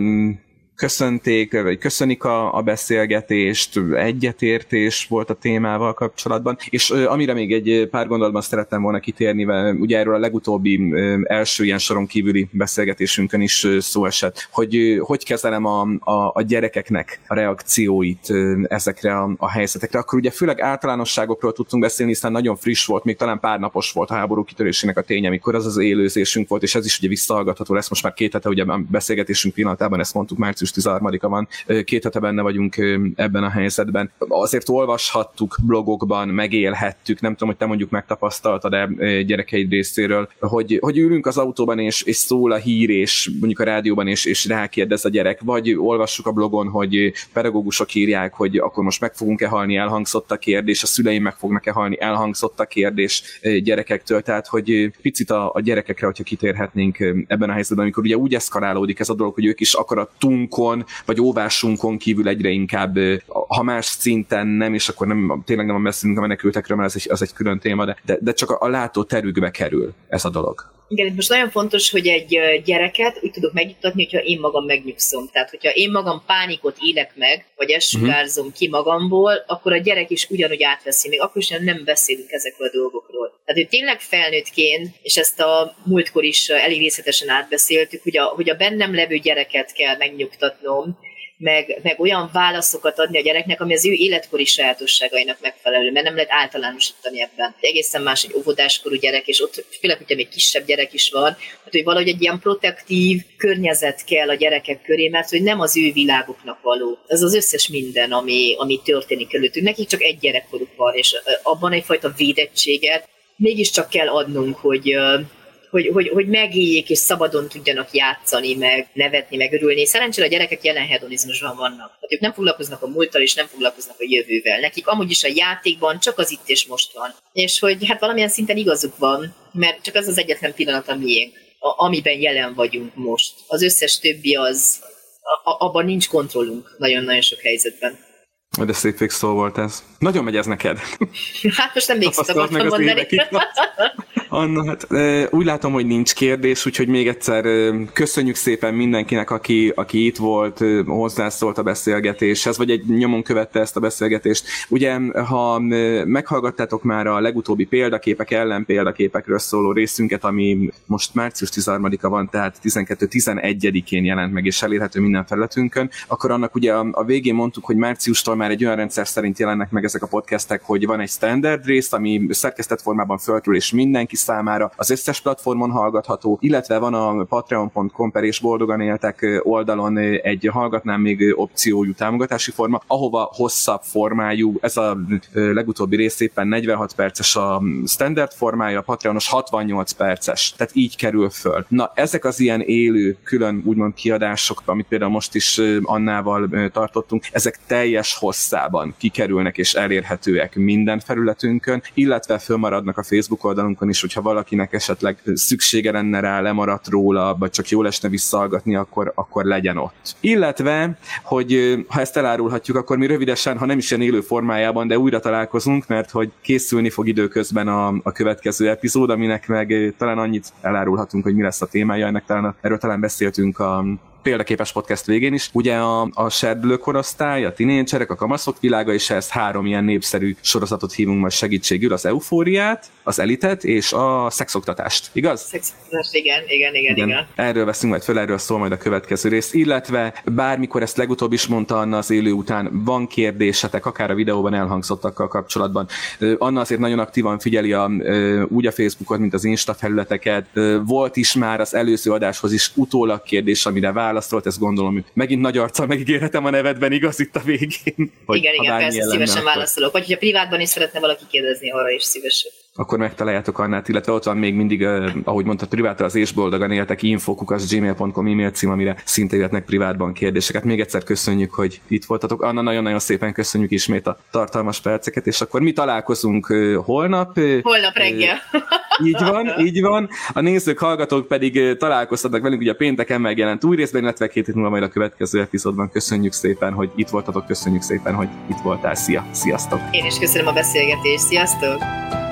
köszönték, vagy köszönik a beszélgetést, egyetértés volt a témával kapcsolatban, és amire még egy pár gondolatban szerettem volna kitérni, ugye erről a legutóbbi első ilyen soron kívüli beszélgetésünkön is szó esett, hogy kezelem a gyerekeknek a reakcióit ezekre a helyzetekre. Akkor ugye főleg általánosságokról tudtunk beszélni, hiszen nagyon friss volt, még talán pár napos volt a háború kitörésének a tény, amikor az élőzésünk volt, és ez is ugye visszahallgatható lesz, most már 2 hete, ugye a beszélgetésünk pillanatában ezt mondtuk, március 13-a van, 2 hete benne vagyunk ebben a helyzetben. Azért olvashattuk blogokban, megélhettük, nem tudom, hogy te mondjuk megtapasztaltad-e gyerekeid részéről, hogy ülünk az autóban, és szól a hír, és mondjuk a rádióban, és rákérdez a gyerek, vagy olvassuk a blogon, hogy pedagógusok írják, hogy akkor most meg fogunk-e halni, elhangzott a kérdés, a szüleim meg fognak-e halni, elhangzott a kérdés gyerekektől, tehát hogy picit a gyerekekre, hogyha kitérhetnénk ebben a helyzetben, amikor ugye úgy eszkalálódik ez a dolog, hogy ők is akaratunkon vagy óvásunkon kívül egyre inkább, ha más szinten nem, és akkor tényleg nem beszélünk a menekültekről, mert az egy külön téma, de csak a látóterükbe kerül ez a dolog. Igen, most nagyon fontos, hogy egy gyereket úgy tudok megnyugtatni, hogyha én magam megnyugszom. Tehát, hogyha én magam pánikot élek meg, vagy ezt sugárzom ki magamból, akkor a gyerek is ugyanúgy átveszi, még akkor is nem beszélünk ezekről a dolgokról. Tehát, hogy tényleg felnőttként, és ezt a múltkor is elég részletesen átbeszéltük, hogy a bennem levő gyereket kell megnyugtatnom, meg olyan válaszokat adni a gyereknek, ami az ő életkori sajátosságainak megfelelő, mert nem lehet általánosítani ebben. Egészen más egy óvodáskorú gyerek, és ott főleg, hogyha még kisebb gyerek is van, hát, hogy valahogy egy ilyen protektív környezet kell a gyerekek köré, mert hogy nem az ő világuknak való. Ez az összes minden, ami történik előttük. Nekik csak egy gyerekkoruk van, és abban egyfajta védettséget mégiscsak kell adnunk, hogy megéljék és szabadon tudjanak játszani, meg nevetni, meg örülni. Szerencsére a gyerekek jelen hedonizmusban vannak. Hát ők nem foglalkoznak a múlttal, és nem foglalkoznak a jövővel. Nekik amúgy is a játékban csak az itt és most van. És hogy hát valamilyen szinten igazuk van, mert csak az az egyetlen pillanat a miénk, amiben jelen vagyunk most. Az összes többi abban nincs kontrollunk nagyon-nagyon sok helyzetben. De szép végszó volt ez. Nagyon megy ez neked. Hát most nem még akartam mondani. Anna, hát úgy látom, hogy nincs kérdés, úgyhogy még egyszer köszönjük szépen mindenkinek, aki itt volt, hozzászólt a beszélgetéshez, vagy egy nyomon követte ezt a beszélgetést. Ugye, ha meghallgattátok már a legutóbbi példaképek, ellenpéldaképekről szóló részünket, ami most március 13-a van, tehát 12-11-én jelent meg, és elérhető minden felületünkön, akkor annak ugye a végén mondtuk, hogy márciustól már egy olyan rendszer szerint jelennek meg ezek a podcastek, hogy van egy standard rész, ami szerkesztett formában fölkerül, és mindenki számára az összes platformon hallgatható, illetve van a patreon.com per és boldogan éltek oldalon egy hallgatnám még opciójú támogatási forma, ahova hosszabb formájú, ez a legutóbbi rész éppen 46 perces a standard formája, a Patreonos 68 perces, tehát így kerül föl. Na, ezek az ilyen élő, külön úgymond kiadások, amit például most is Annával tartottunk, ezek teljes hosszában kikerülnek és elérhetőek minden felületünkön, illetve fölmaradnak a Facebook oldalunkon is, hogyha valakinek esetleg szüksége lenne rá, lemaradt róla, vagy csak jól esne visszahallgatni, akkor legyen ott. Illetve, hogy ha ezt elárulhatjuk, akkor mi rövidesen, ha nem is ilyen élő formájában, de újra találkozunk, mert hogy készülni fog időközben a következő epizód, aminek meg talán annyit elárulhatunk, hogy mi lesz a témája, erről talán beszéltünk a példaképes podcast végén is. Ugye a serdülőkorosztály, a tinédzserek, a kamaszok világa, és ehhez 3 ilyen népszerű sorozatot hívunk majd segítségül, az Eufóriát, az Elitet és a szexoktatást. Igaz? Szexoktatást, igen. Erről veszünk majd föl, erről szól majd a következő rész. Illetve bármikor, ezt legutóbb is mondta Anna az élő után, van kérdésetek, akár a videóban elhangzottakkal kapcsolatban. Anna azért nagyon aktívan figyeli úgy a Facebookot, mint az Insta felületeket. Volt is már az előző adáshoz is utólag kérdés, amire válaszolt, ezt gondolom, hogy megint nagy arccal megígérhetem a nevedben, igaz, itt a végén? Igen, persze, szívesen válaszolok. Vagy hogyha privátban is szeretne valaki kérdezni, arra is szívesen. akkor megtaláljátok Annát, illetve ott van még mindig, ahogy mondtad, priváttal az És boldogan éltek info@gmail.com e-mail cím, amire szinte jöhetnek privátban kérdéseket. Még egyszer köszönjük, hogy itt voltatok. Anna, nagyon-nagyon szépen köszönjük ismét a tartalmas perceket, és akkor mi találkozunk holnap. Holnap reggel. Így van. A nézők, hallgatók pedig találkoztatnak velünk ugye a pénteken megjelent új részben, illetve 2 hét múlva majd a következő epizódban. Köszönjük szépen, hogy itt voltatok, köszönjük szépen, hogy itt voltál. Sziasztok! Én is köszönöm a beszélgetést, sziasztok!